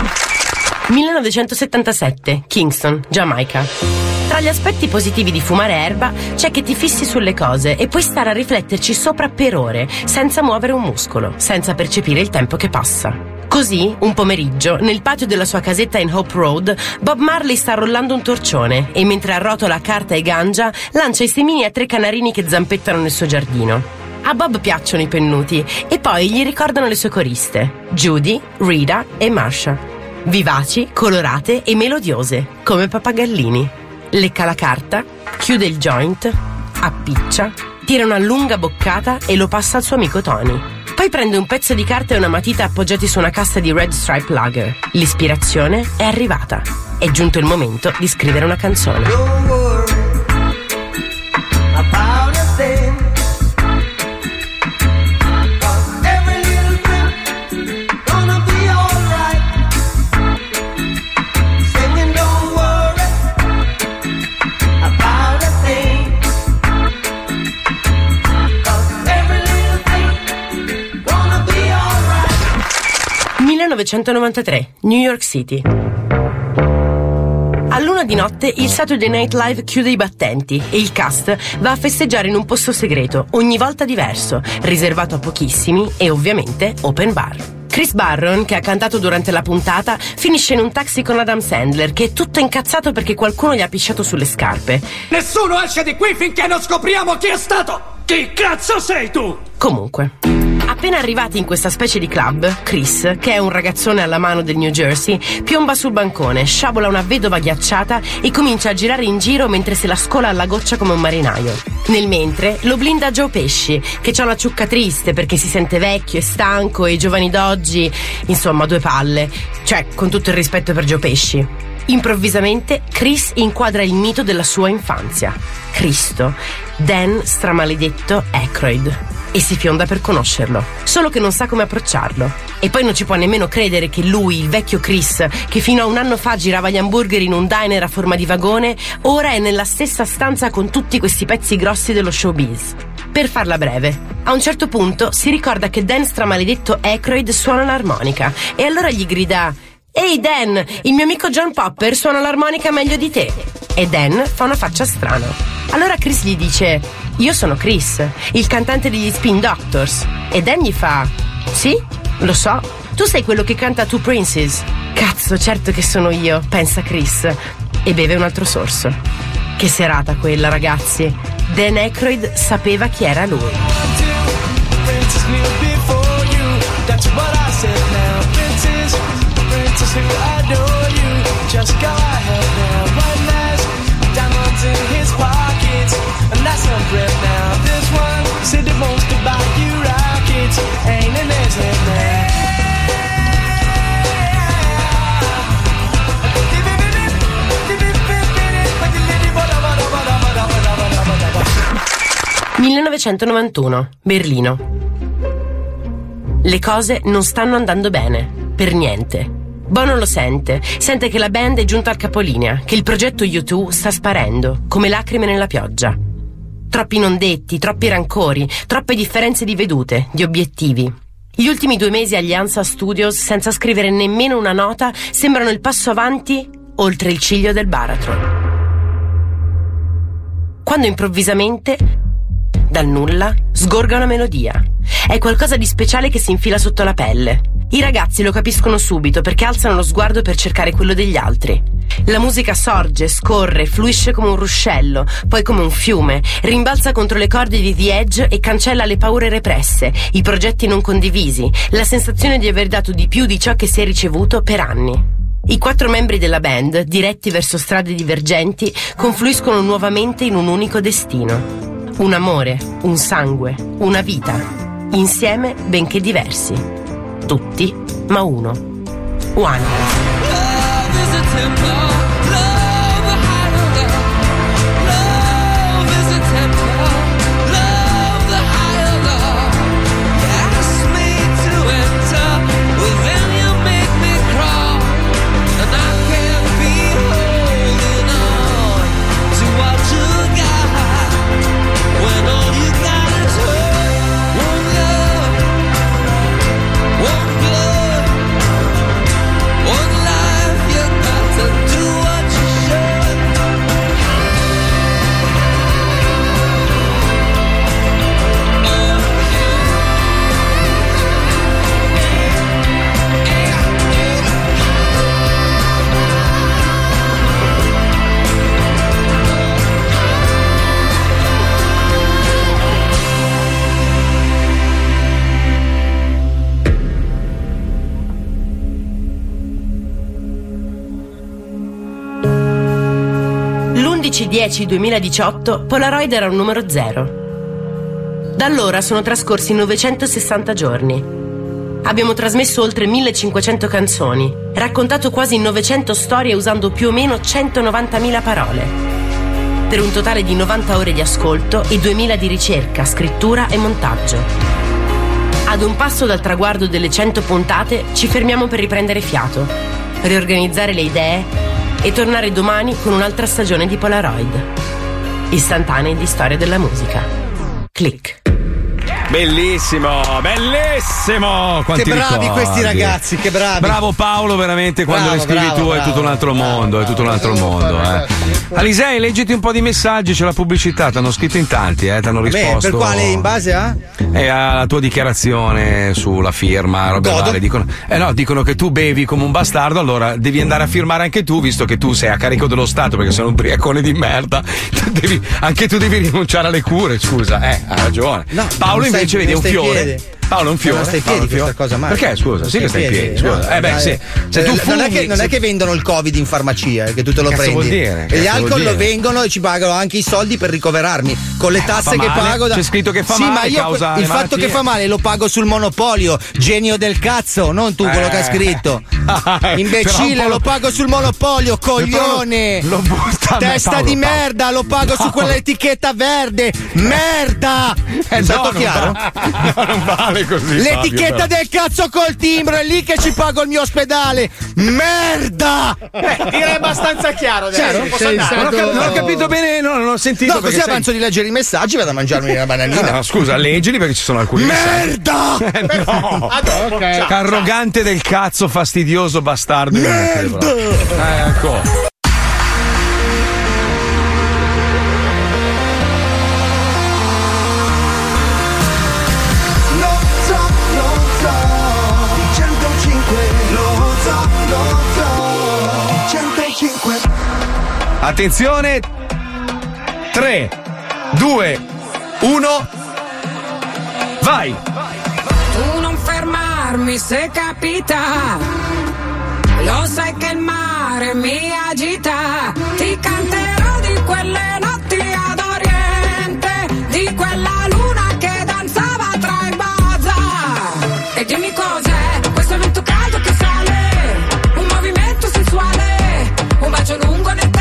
1977, Kingston, Giamaica. Tra gli aspetti positivi di fumare erba c'è che ti fissi sulle cose e puoi stare a rifletterci sopra per ore, senza muovere un muscolo, senza percepire il tempo che passa. Così, un pomeriggio, nel patio della sua casetta in Hope Road, Bob Marley sta rollando un torcione e mentre arrotola carta e ganja lancia i semini a 3 canarini che zampettano nel suo giardino. A Bob piacciono i pennuti e poi gli ricordano le sue coriste, Judy, Rita e Marsha. Vivaci, colorate e melodiose, come pappagallini. Lecca la carta, chiude il joint, appiccia, tira una lunga boccata e lo passa al suo amico Tony. Poi prende un pezzo di carta e una matita appoggiati su una cassa di Red Stripe Lager. L'ispirazione è arrivata. È giunto il momento di scrivere una canzone. Don't worry about a thing. 'Cause every little thing gonna be alright. Singing don't worry about a thing. 'Cause every little thing gonna be alright. 1993, New York City. All'1 di notte il Saturday Night Live chiude i battenti e il cast va a festeggiare in un posto segreto, ogni volta diverso, riservato a pochissimi e ovviamente open bar. Chris Barron, che ha cantato durante la puntata, finisce in un taxi con Adam Sandler, che è tutto incazzato perché qualcuno gli ha pisciato sulle scarpe. Nessuno esce di qui finché non scopriamo chi è stato! Chi cazzo sei tu? Comunque, appena arrivati in questa specie di club, Chris, che è un ragazzone alla mano del New Jersey, piomba sul bancone, sciabola una vedova ghiacciata e comincia a girare in giro mentre se la scola alla goccia come un marinaio. Nel mentre lo blinda Joe Pesci, che c'ha una ciucca triste perché si sente vecchio e stanco e i giovani d'oggi, insomma, 2 palle. Cioè, con tutto il rispetto per Joe Pesci. Improvvisamente Chris inquadra il mito della sua infanzia. Cristo, Dan stramaledetto Aykroyd, e si fionda per conoscerlo, solo che non sa come approcciarlo. E poi non ci può nemmeno credere che lui, il vecchio Chris, che fino a un anno fa girava gli hamburger in un diner a forma di vagone, ora è nella stessa stanza con tutti questi pezzi grossi dello showbiz. Per farla breve, a un certo punto si ricorda che Dan stramaledetto Aykroyd suona l'armonica e allora gli grida: «Ehi Dan, il mio amico John Popper suona l'armonica meglio di te!» E Dan fa una faccia strana. Allora Chris gli dice: «Io sono Chris, il cantante degli Spin Doctors». E Dan gli fa: «Sì, lo so, tu sei quello che canta Two Princes». «Cazzo, certo che sono io», pensa Chris, e beve un altro sorso. Che serata quella, ragazzi. Dan Aykroyd sapeva chi era lui. Who adore you, just go ahead now. One last diamonds in his pockets, and that's some breath now. This one said it wants to buy you rockets, ain't in his head now. 1991, Berlino. Le cose non stanno andando bene, per niente. Bono lo sente che la band è giunta al capolinea, che il progetto U2 sta sparendo, come lacrime nella pioggia. Troppi non detti, troppi rancori, troppe differenze di vedute, di obiettivi. Gli ultimi 2 mesi agli Hansa Studios, senza scrivere nemmeno una nota, sembrano il passo avanti oltre il ciglio del baratro. Quando improvvisamente, dal nulla, sgorga una melodia. È qualcosa di speciale che si infila sotto la pelle. I ragazzi lo capiscono subito perché alzano lo sguardo per cercare quello degli altri. La musica sorge, scorre, fluisce come un ruscello, poi come un fiume, rimbalza contro le corde di The Edge e cancella le paure represse, i progetti non condivisi, la sensazione di aver dato di più di ciò che si è ricevuto per anni. I 4 membri della band, diretti verso strade divergenti, confluiscono nuovamente in un unico destino. Un amore, un sangue, una vita. Insieme, benché diversi. Tutti, ma uno. One. One life, you got to do 2010-2018 Polaroid era un numero 0. Da allora sono trascorsi 960 giorni. Abbiamo trasmesso oltre 1500 canzoni, raccontato quasi 900 storie usando più o meno 190.000 parole, per un totale di 90 ore di ascolto e 2000 di ricerca, scrittura e montaggio. Ad un passo dal traguardo delle 100 puntate ci fermiamo per riprendere fiato, riorganizzare le idee e tornare domani con un'altra stagione di Polaroid. Istantanee di storia della musica. Click. Bellissimo, bellissimo! Quanti che bravi ricordi. Questi ragazzi, che bravi! Bravo Paolo, veramente, quando le scrivi tu è tutto un altro mondo, è tutto un altro mondo. Alisei, leggiti un po' di messaggi, c'è la pubblicità, ti hanno scritto in tanti, ti hanno risposto. Per quale, in base a? Alla tua dichiarazione sulla firma, robe varie. Dicono che tu bevi come un bastardo, allora devi andare a firmare anche tu, visto che tu sei a carico dello Stato, perché sei un ubriacone di merda. Anche tu devi rinunciare alle cure, scusa. Ha ragione. No, Paolo invece vedi un fiore. Paolo, un fiore. Non stai in piedi questa cosa mai. Perché? Scusa, sì che stai in piedi. Scusa. Sì. Se tu fumi, non è che vendono il Covid in farmacia, che tu te lo cazzo prendi. Vuol dire? E gli alcol lo vengono e ci pagano anche i soldi per ricoverarmi. Con le tasse che pago. C'è scritto che fa male. Ma io causa il fatto che fa male lo pago sul monopolio. Genio del cazzo, non tu quello che ha scritto. Imbecille, lo pago sul monopolio, coglione. Lo butta testa di merda, lo pago su quell'etichetta verde. Merda! È stato chiaro? Non vale così. L'etichetta del cazzo col timbro, è lì che ci pago il mio ospedale. Merda! Direi abbastanza chiaro adesso. Non posso andare. Non ho capito bene, non ho sentito. No, così avanzo di leggere i messaggi, vado a mangiarmi una bananina. No, scusa, leggili perché ci sono alcuni merda! No. Okay. Arrogante del cazzo, fastidioso bastardo. Merda! Ecco. Attenzione, 3, 2, 1, vai! Tu non fermarmi se capita, lo sai che il mare mi agita, ti canterò di quelle notti ad Oriente, di quella luna che danzava tra i bazar. E dimmi cos'è questo vento caldo che sale, un movimento sensuale, un bacio lungo nell'eternità.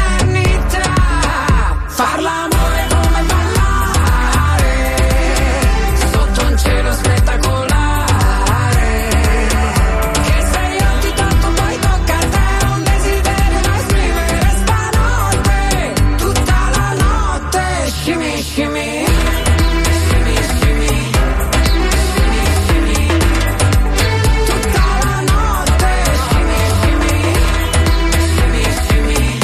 Far l'amore come ballare sotto un cielo spettacolare, che se io ti tocco poi tocca a te, un desiderio da esprimere stanotte, tutta la notte. Shimmy, shimmy, shimmy, shimmy, shimmy, shimmy, tutta la notte. Shimmy, shimmy, shimmy, shimmy,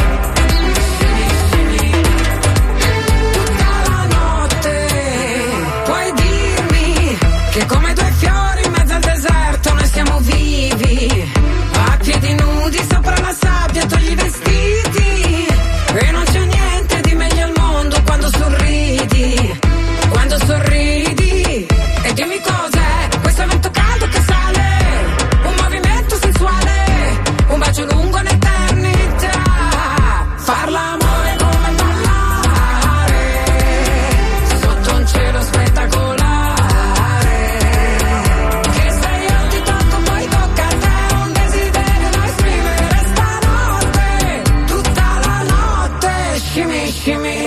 puoi dirmi che come due fiori in mezzo al deserto noi siamo vivi, a piedi nudi sopra la sabbia, togli i vestiti e non c'è niente di meglio al mondo quando sorridi, e dimmi cos'è questo vento caldo che sale, un movimento sensuale, un bacio lungo nell'eternità. Far l'amore come ballare sotto un cielo spettacolare, che se io ti tocco poi tocca a te, un desiderio da esprimere stanotte, tutta la notte. Shimmy, shimmy.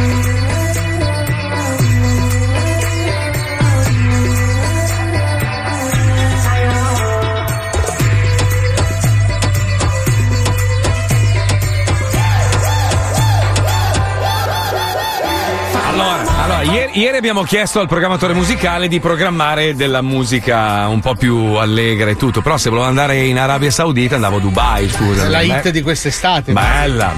Allora, ieri abbiamo chiesto al programmatore musicale di programmare della musica un po' più allegra e tutto, però se volevo andare in Arabia Saudita andavo a Dubai, scusa. La hit di quest'estate. Bella.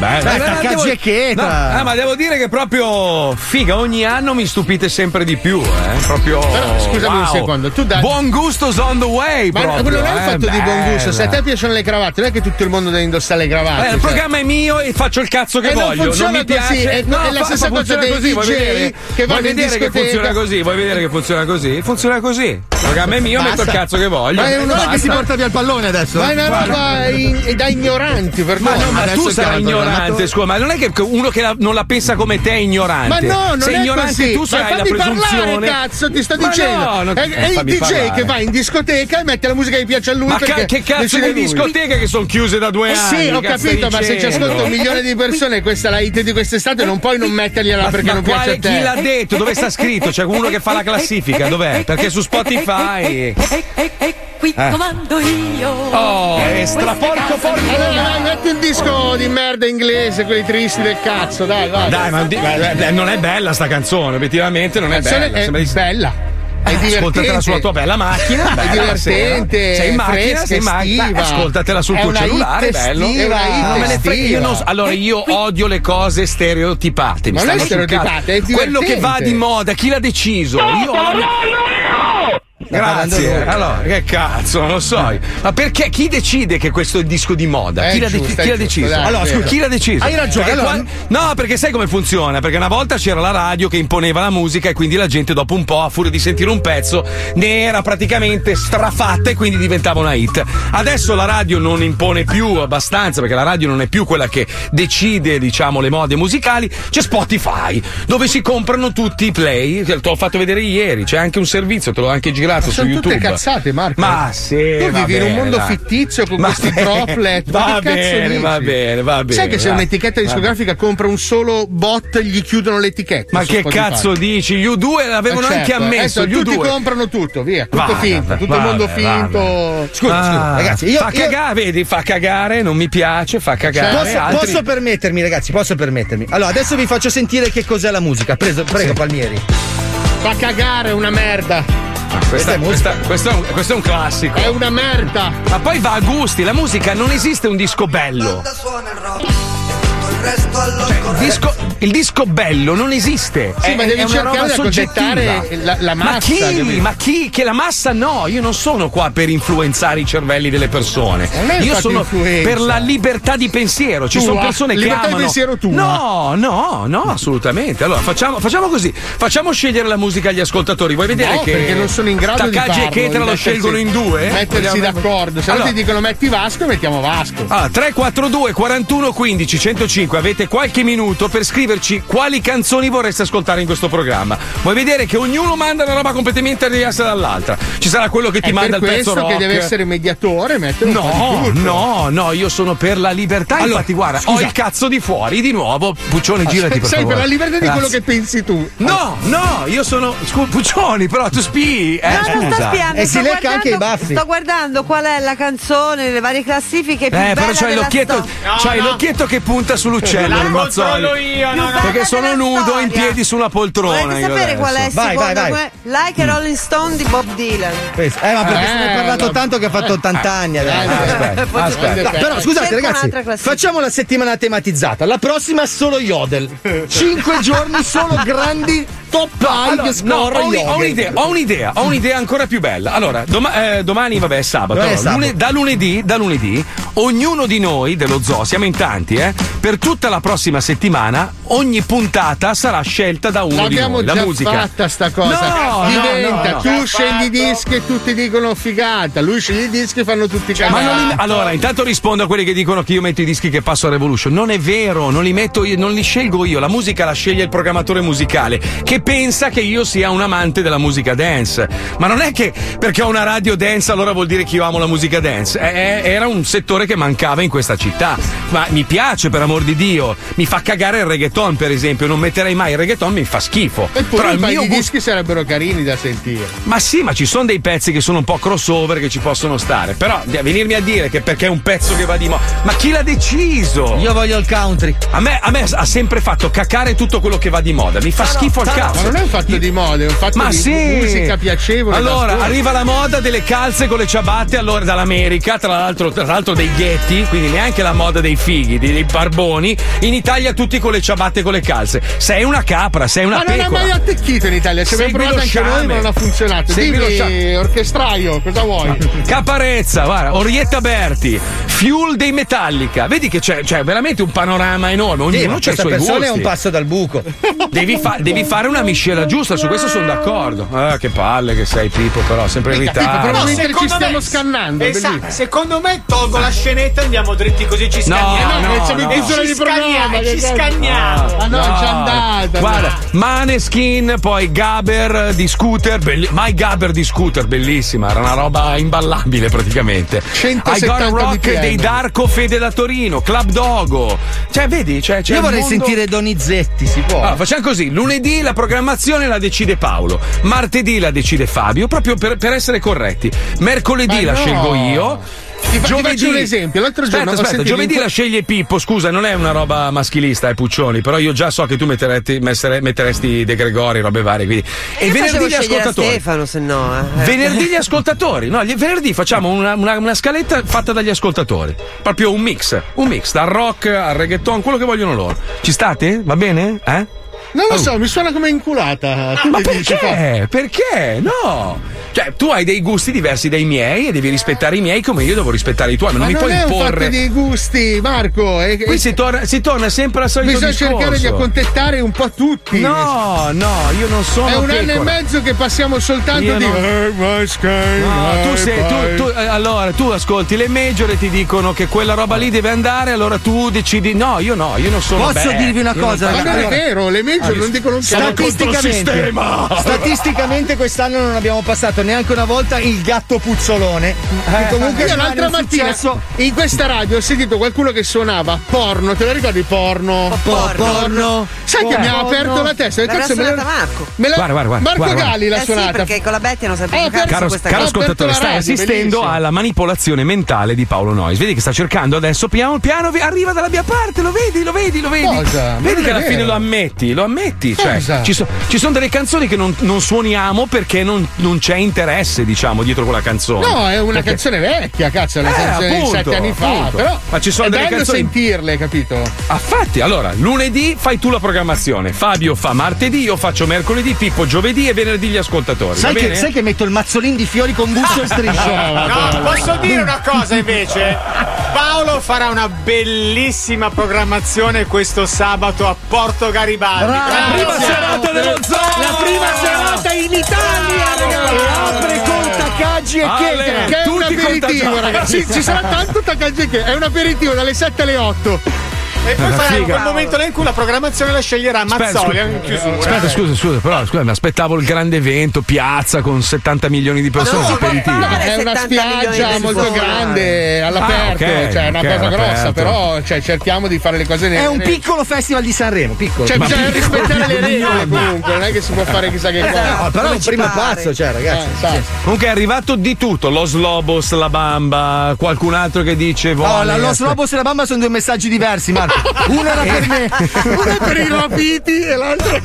Ma devo dire che proprio figa, ogni anno mi stupite sempre di più, proprio. Però, scusami un secondo, tu dai. Buon gusto's on the way, ma proprio. non è un fatto di buon gusto, se a te piacciono le cravatte, non è che tutto il mondo deve indossare le cravatte. Il programma è mio e faccio il cazzo che voglio. Non mi piace. È la stessa cosa dei DJ che vanno in vedere che funziona così? Vuoi vedere che funziona così? Funziona così. Il programma è mio, metto il cazzo che voglio. Ma è uno Basta. che si porta via il pallone adesso. Ma è una roba da ignoranti, per ma noi. no, ma tu sarai ignorante, scusa, ma non è che uno che non la pensa come te è ignorante. Ma no, non sei è ignorante così. tu sarai la presunzione. Parlare, cazzo, ti sto dicendo. No, non... è il DJ parlare. che va in discoteca e mette la musica che piace a lui. Ma che cazzo di discoteche che sono chiuse da 2 anni? Sì, ho capito, ma se ci ascolta 1 milione di persone, questa è la hit di quest'estate, non puoi non mettergliela perché non piace a te. Chi l'ha detto? Dove sta scritto? C'è uno che fa la classifica, dov'è? Perché su Spotify. Qui comando io. Oh, straporco porco. Allora, metti un disco di merda inglese, quelli tristi del cazzo, dai, vai. Dai, ma non è bella sta canzone, obiettivamente non è bella. È bella. È divertente. Ascoltatela sulla tua bella macchina. È divertente. Sei in macchina, sei in macchina. Ascoltatela sul tuo cellulare, bello. Non me ne frega. Allora, io odio le cose stereotipate. Ma non è stereotipate, è divertente. Quello che va di moda, chi l'ha deciso? Io Grazie. Allora, che cazzo, non lo so. Ma perché chi decide che questo è il disco di moda? Chi l'ha deciso? Dai, allora, scusa, chi l'ha deciso? Hai ragione. Allora... No, perché sai come funziona? Perché una volta c'era la radio che imponeva la musica e quindi la gente dopo un po', a furia di sentire un pezzo, ne era praticamente strafatta e quindi diventava una hit. Adesso la radio non impone più abbastanza, perché la radio non è più quella che decide, diciamo, le mode musicali. C'è Spotify, dove si comprano tutti i play. Te l'ho fatto vedere ieri, c'è anche un servizio, te l'ho anche girato su YouTube. Tutte cazzate, Marco. Ma sì, tu vivi in un mondo fittizio con questi droplet. Va bene. Sai che se un'etichetta discografica compra un solo bot gli chiudono l'etichetta? Ma che cazzo dici? Gli U2 l'avevano anche ammesso. Gli tutti U2 comprano tutto, via. Tutto finto, tutto il mondo finto. Scusa, ragazzi, fa cagare, vedi, fa cagare, non mi piace, fa cagare. Posso permettermi, ragazzi, Allora, adesso vi faccio sentire che cos'è la musica. Prego, Palmieri. Fa cagare, una merda. Questo è un classico. È una merda. Ma poi va a gusti, la musica non esiste un disco bello. Il disco bello non esiste. Sì, ma devi cercare di accontentare la massa. Ma chi? Che la massa no. Io non sono qua per influenzare i cervelli delle persone. Io sono per la libertà di pensiero. Ci sono persone che libertà amano. Di pensiero tua. No, assolutamente. Allora facciamo così. Facciamo scegliere la musica agli ascoltatori. Vuoi vedere che perché non sono in grado di farlo. Takagi e Ketra lo scelgono in due? Mettersi d'accordo. Se no ti dicono metti Vasco, mettiamo Vasco. 342 41 15 105. Avete qualche minuto per scriverci quali canzoni vorreste ascoltare in questo programma. Vuoi vedere che ognuno manda una roba completamente diversa dall'altra? Ci sarà quello che ti manda il pezzo rock. Che deve essere mediatore, No, io sono per la libertà. Allora, infatti, guarda, ho il cazzo di fuori di nuovo. Puccioni, girati per favore. Sei per la libertà di quello che pensi tu. No, io sono Puccioni, però tu spii. No, non sto spiando. E si lecca anche i baffi. Sto guardando qual è la canzone, le varie classifiche più bella però c'hai l'occhietto che punta sull'uccello. La controllo io, perché sono nudo in piedi su una poltrona. Volete sapere qual è secondo me? Like a Rolling Stone di Bob Dylan. Ma perché se ne è parlato tanto che ha fatto 80 anni adesso. Aspetta. Però scusate ragazzi, facciamo la settimana tematizzata. La prossima solo yodel. 5 giorni solo grandi top high score. Ho un'idea ancora più bella. Allora, domani vabbè è sabato. Da lunedì ognuno di noi dello zoo, siamo in tanti, per tutta la prossima settimana ogni puntata sarà scelta da uno di noi. La musica. L'abbiamo già fatta sta cosa. Diventa tu scegli i dischi e tutti dicono figata, lui sceglie i dischi e fanno tutti cagare. Allora, intanto rispondo a quelli che dicono che io metto i dischi che passo a Revolution. Non è vero, non li metto io, non li scelgo io. La musica la sceglie il programmatore musicale che pensa che io sia un amante della musica dance. Ma non è che perché ho una radio dance allora vuol dire che io amo la musica dance. Era un settore che mancava in questa città. Ma mi piace, per amor di Dio. Mi fa cagare il reggaeton, per esempio. Non metterei mai il reggaeton, mi fa schifo. Eppure i dischi sarebbero carini da sentire. Ma sì, ma ci sono dei pezzi che sono un po' crossover che ci possono stare. Però venirmi a dire che perché è un pezzo che va di moda. Ma chi l'ha deciso? Io voglio il country. A me ha sempre fatto cacare tutto quello che va di moda. Mi fa schifo al cazzo. Ma non è un fatto di moda, è un fatto di musica piacevole. Allora, arriva la moda delle calze con le ciabatte allora dall'America, tra l'altro dei ghetti, quindi neanche la moda dei fighi, dei barboni. In Italia tutti con le ciabatte e con le calze. Sei una capra, sei una pecora. Ma non ha mai attecchito in Italia, ci abbiamo provato anche noi, ma non ha funzionato. Dimmi, orchestraio, cosa vuoi? Caparezza, guarda, Orietta Berti, Fuel dei Metallica. Vedi che c'è veramente un panorama enorme. Ognuno c'ha i suoi gusti. Questa persona è un passo dal buco. Devi fare una miscela giusta, su questo sono d'accordo. Che palle che sei, Pippo, però sempre in ritardo. Però mentre ci stiamo scannando. Secondo me tolgo la scenetta e andiamo dritti così ci scanniamo. Siamo in chiusura di programma. Ci scanniamo. Ma no, è già andata. Guarda, Maneskin, poi Gaber di Scooter, My Gaber di Scooter, bellissima, era una roba imballabile praticamente. 170 I Got a Rock BPM. dei Darko Fede da Torino, Club Dogo. Cioè, vedi, c'è Io vorrei il mondo... sentire Donizetti, si può? Allora, facciamo così: lunedì la programmazione la decide Paolo, martedì la decide Fabio, proprio per essere corretti. Mercoledì la scelgo io. Ti faccio un esempio. L'altro giorno aspetta, giovedì la sceglie Pippo. Scusa, non è una roba maschilista, Puccioni, però io già so che tu metteresti De Gregori, robe varie. Quindi. E venerdì gli ascoltatori. Stefano, se no. Venerdì gli ascoltatori. No, venerdì facciamo una scaletta fatta dagli ascoltatori. Proprio un mix dal rock al reggaeton, quello che vogliono loro. Ci state? Va bene? Non lo so, mi suona come inculata. Ma perché? Perché? No! Cioè, tu hai dei gusti diversi dai miei e devi rispettare i miei come io devo rispettare i tuoi. Ma non mi puoi imporre. Non è un fatto di gusti, Marco. Qui si torna sempre al solito discorso. Bisogna cercare di accontentare un po' tutti. No, io non sono. È un pecora. anno e mezzo che passiamo soltanto di. Allora, tu ascolti le major e ti dicono che quella roba lì deve andare, allora tu decidi. No, io non sono. Posso dirvi una cosa? Ma non è vero, le major non dicono un cazzo. Statisticamente quest'anno non abbiamo passato neanche una volta il gatto puzzolone. Comunque io l'altra mattina in questa radio ho sentito qualcuno che suonava porno. Te la ricordi porno? Porno. Sai che mi ha aperto la testa? L'ha suonata Marco. Guarda. Marco Galli l'ha suonata. Sì, perché con la Betty hanno sempre Caro ascoltatore, stai assistendo alla manipolazione mentale di Paolo Noyes. Vedi che sta cercando adesso piano piano arriva dalla mia parte, lo vedi? Cosa? Vedi che alla fine lo ammetti. Cioè, ci sono delle canzoni che non suoniamo perché non c'è interesse, diciamo, dietro quella canzone. No, è una canzone vecchia, cazzo, è una canzone di 7 anni fa. Però ma ci sono è delle bello canzoni. Sentirle, capito? Infatti, allora, lunedì fai tu la programmazione, Fabio fa martedì, io faccio mercoledì, Pippo giovedì e venerdì gli ascoltatori. Sai che metto il mazzolin di fiori con busto e striscio? No, posso dire una cosa invece? Paolo farà una bellissima programmazione questo sabato a Porto Garibaldi. La prima serata dello Zoo! La prima serata in Italia, ragazzi! Apre con Takagi e Keta, che è un aperitivo, ragazzi. Ci sarà tanto Takagi e Keta, è un aperitivo dalle 7 alle 8. E poi farà quel momento là in cui la programmazione la sceglierà Mazzoli in chiusura. Aspetta, scusa, mi aspettavo il grande evento, piazza con 70 milioni di persone. È una spiaggia molto grande, all'aperto, cioè è una cosa grossa, però cerchiamo di fare le cose nere. È un piccolo festival di Sanremo, piccolo. Cioè, bisogna rispettare le regole comunque, non è che si può fare chissà che cosa. No, però è un primo passo, cioè, ragazzi. Comunque è arrivato di tutto, Los Lobos, la Bamba, qualcun altro che dice No, Los Lobos e la Bamba sono due messaggi diversi, Marco. Uno era per me, uno è per i rapiti e l'altro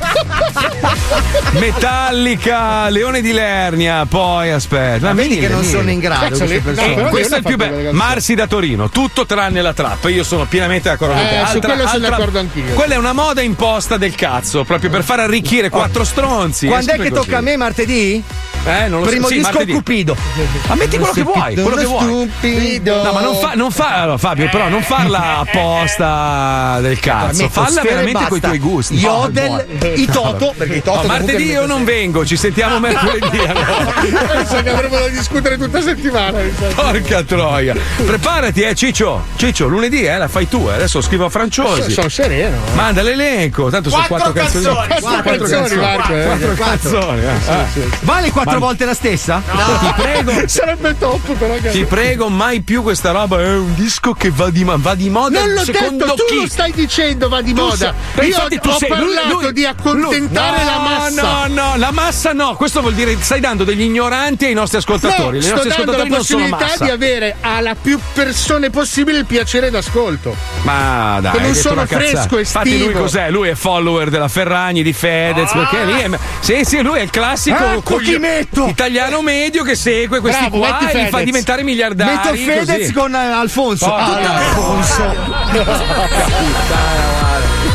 Metallica, Leone di Lernia, poi aspetta, vedi che non sono in grado. Questo è il più bello. Marsi da Torino, tutto tranne la trappa. Io sono pienamente d'accordo con te. Su quello sono d'accordo anch'io. Quella è una moda imposta del cazzo, proprio per far arricchire 4 stronzi. Quando è che tocca a me, martedì? Non lo Primo so. disco martedì. Cupido. Ammetti quello che vuoi, quello che vuoi. Stupido. No, ma non fa allora, Fabio, però non farla apposta del cazzo. Falla veramente coi tuoi gusti. Yodel, i Toto, perché i Toto martedì io non vengo, ci sentiamo mercoledì. Penso che avremo da discutere tutta settimana. Porca troia. Preparati, Ciccio, lunedì la fai tu, adesso scrivo a Franciosi. Sono sereno. Manda l'elenco, tanto sono 4 canzoni. 4 canzoni, Marco. 4 canzoni. Vale 4 volte la stessa? No. Ti prego. Sarebbe top, però. Ti prego, mai più questa roba. È un disco che va di moda. Non l'ho detto, tu lo stai dicendo, va di moda. Io ho parlato di accontentare la massa. No, la massa no. Questo vuol dire che stai dando degli ignoranti ai nostri ascoltatori. No, sto dando la possibilità di avere alla più persone possibile il piacere d'ascolto. Ma dai, con un suono fresco e infatti lui cos'è? Lui è follower della Ferragni, di Fedez, perché lì sì, lui è il classico italiano medio che segue questi qua e li fa diventare miliardari. Metto Fedez così. Con Alfonso. Alfonso.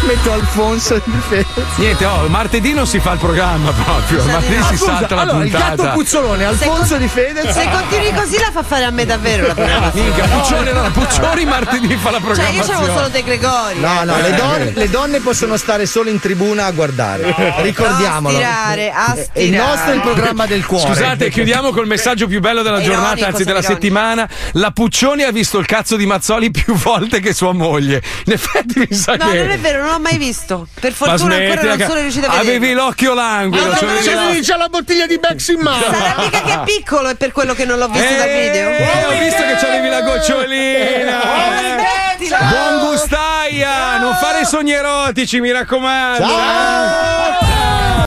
Metto Alfonso di Fedez. Niente, martedì non si fa il programma proprio. Martedì si salta la puntata. Il gatto puzzolone, Alfonso di Fedez. Se continui così la fa fare a me davvero la programmazione. Minchia, Puccioni martedì fa la programmazione. Cioè io c'avevo solo De Gregori. No, le donne possono stare solo in tribuna a guardare. Ricordiamolo. A stirare. Il nostro è il programma del cuore. Scusate, chiudiamo col messaggio più bello della giornata, anzi della settimana. La Puccioni ha visto il cazzo di Mazzoli più volte che sua moglie. In effetti mi sa che. No, non è vero, non l'ho mai visto. Per fortuna ancora non sono riuscita a vedere. Avevi l'occhio languido. C'è la bottiglia di Bex in mano. Sarà mica che è piccolo, è per quello che non l'ho visto dal video. Ho visto che c'avevi la gocciolina. Buon gustaia, non fare sogni erotici, mi raccomando. Ciao.